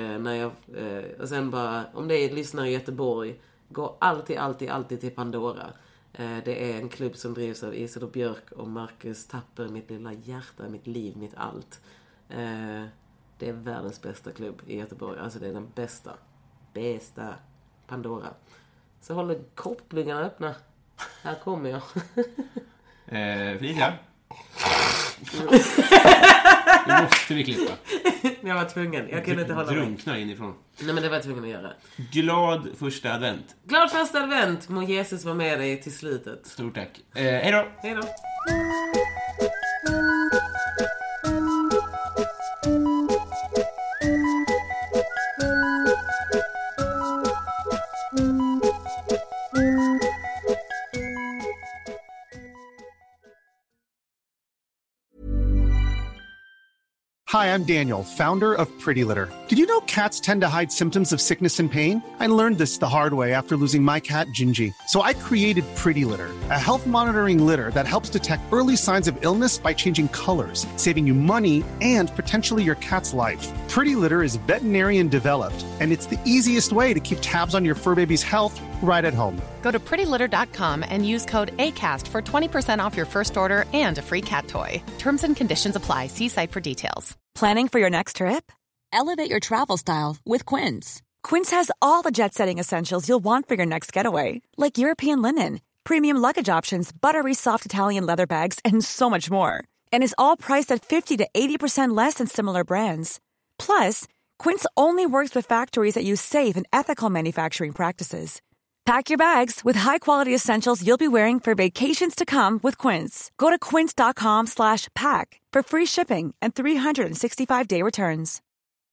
sen bara, om det är lyssnare i Göteborg, gå alltid till Pandora. Det är en klubb som drivs av Isidor Björk och Marcus Tapper, mitt lilla hjärta, mitt liv, mitt allt. Det är världens bästa klubb i Göteborg. Alltså det är den bästa Pandora. Så håller kortpluggarna öppna. Här kommer jag. Felicia. Det måste vi klippa. Jag var tvungen. Jag kunde inte hålla mig. Drunkna inifrån. Nej, men det var jag tvungen att göra. Glad första advent. Glad första advent. Må Jesus vara med dig till slutet. Stort tack. Hej då. Hej då. Hi, I'm Daniel, founder of Pretty Litter. Did you know cats tend to hide symptoms of sickness and pain? I learned this the hard way after losing my cat, Gingy. So I created Pretty Litter, a health monitoring litter that helps detect early signs of illness by changing colors, saving you money and potentially your cat's life. Pretty Litter is veterinarian developed, and it's the easiest way to keep tabs on your fur baby's health right at home. Go to prettylitter.com and use code ACAST for 20% off your first order and a free cat toy. Terms and conditions apply. See site for details. Planning for your next trip? Elevate your travel style with Quince. Quince has all the jet-setting essentials you'll want for your next getaway, like European linen, premium luggage options, buttery soft Italian leather bags, and so much more. And is all priced at 50 to 80% less than similar brands. Plus, Quince only works with factories that use safe and ethical manufacturing practices. Pack your bags with high-quality essentials you'll be wearing for vacations to come with Quince. Go to quince.com/pack for free shipping and 365-day returns.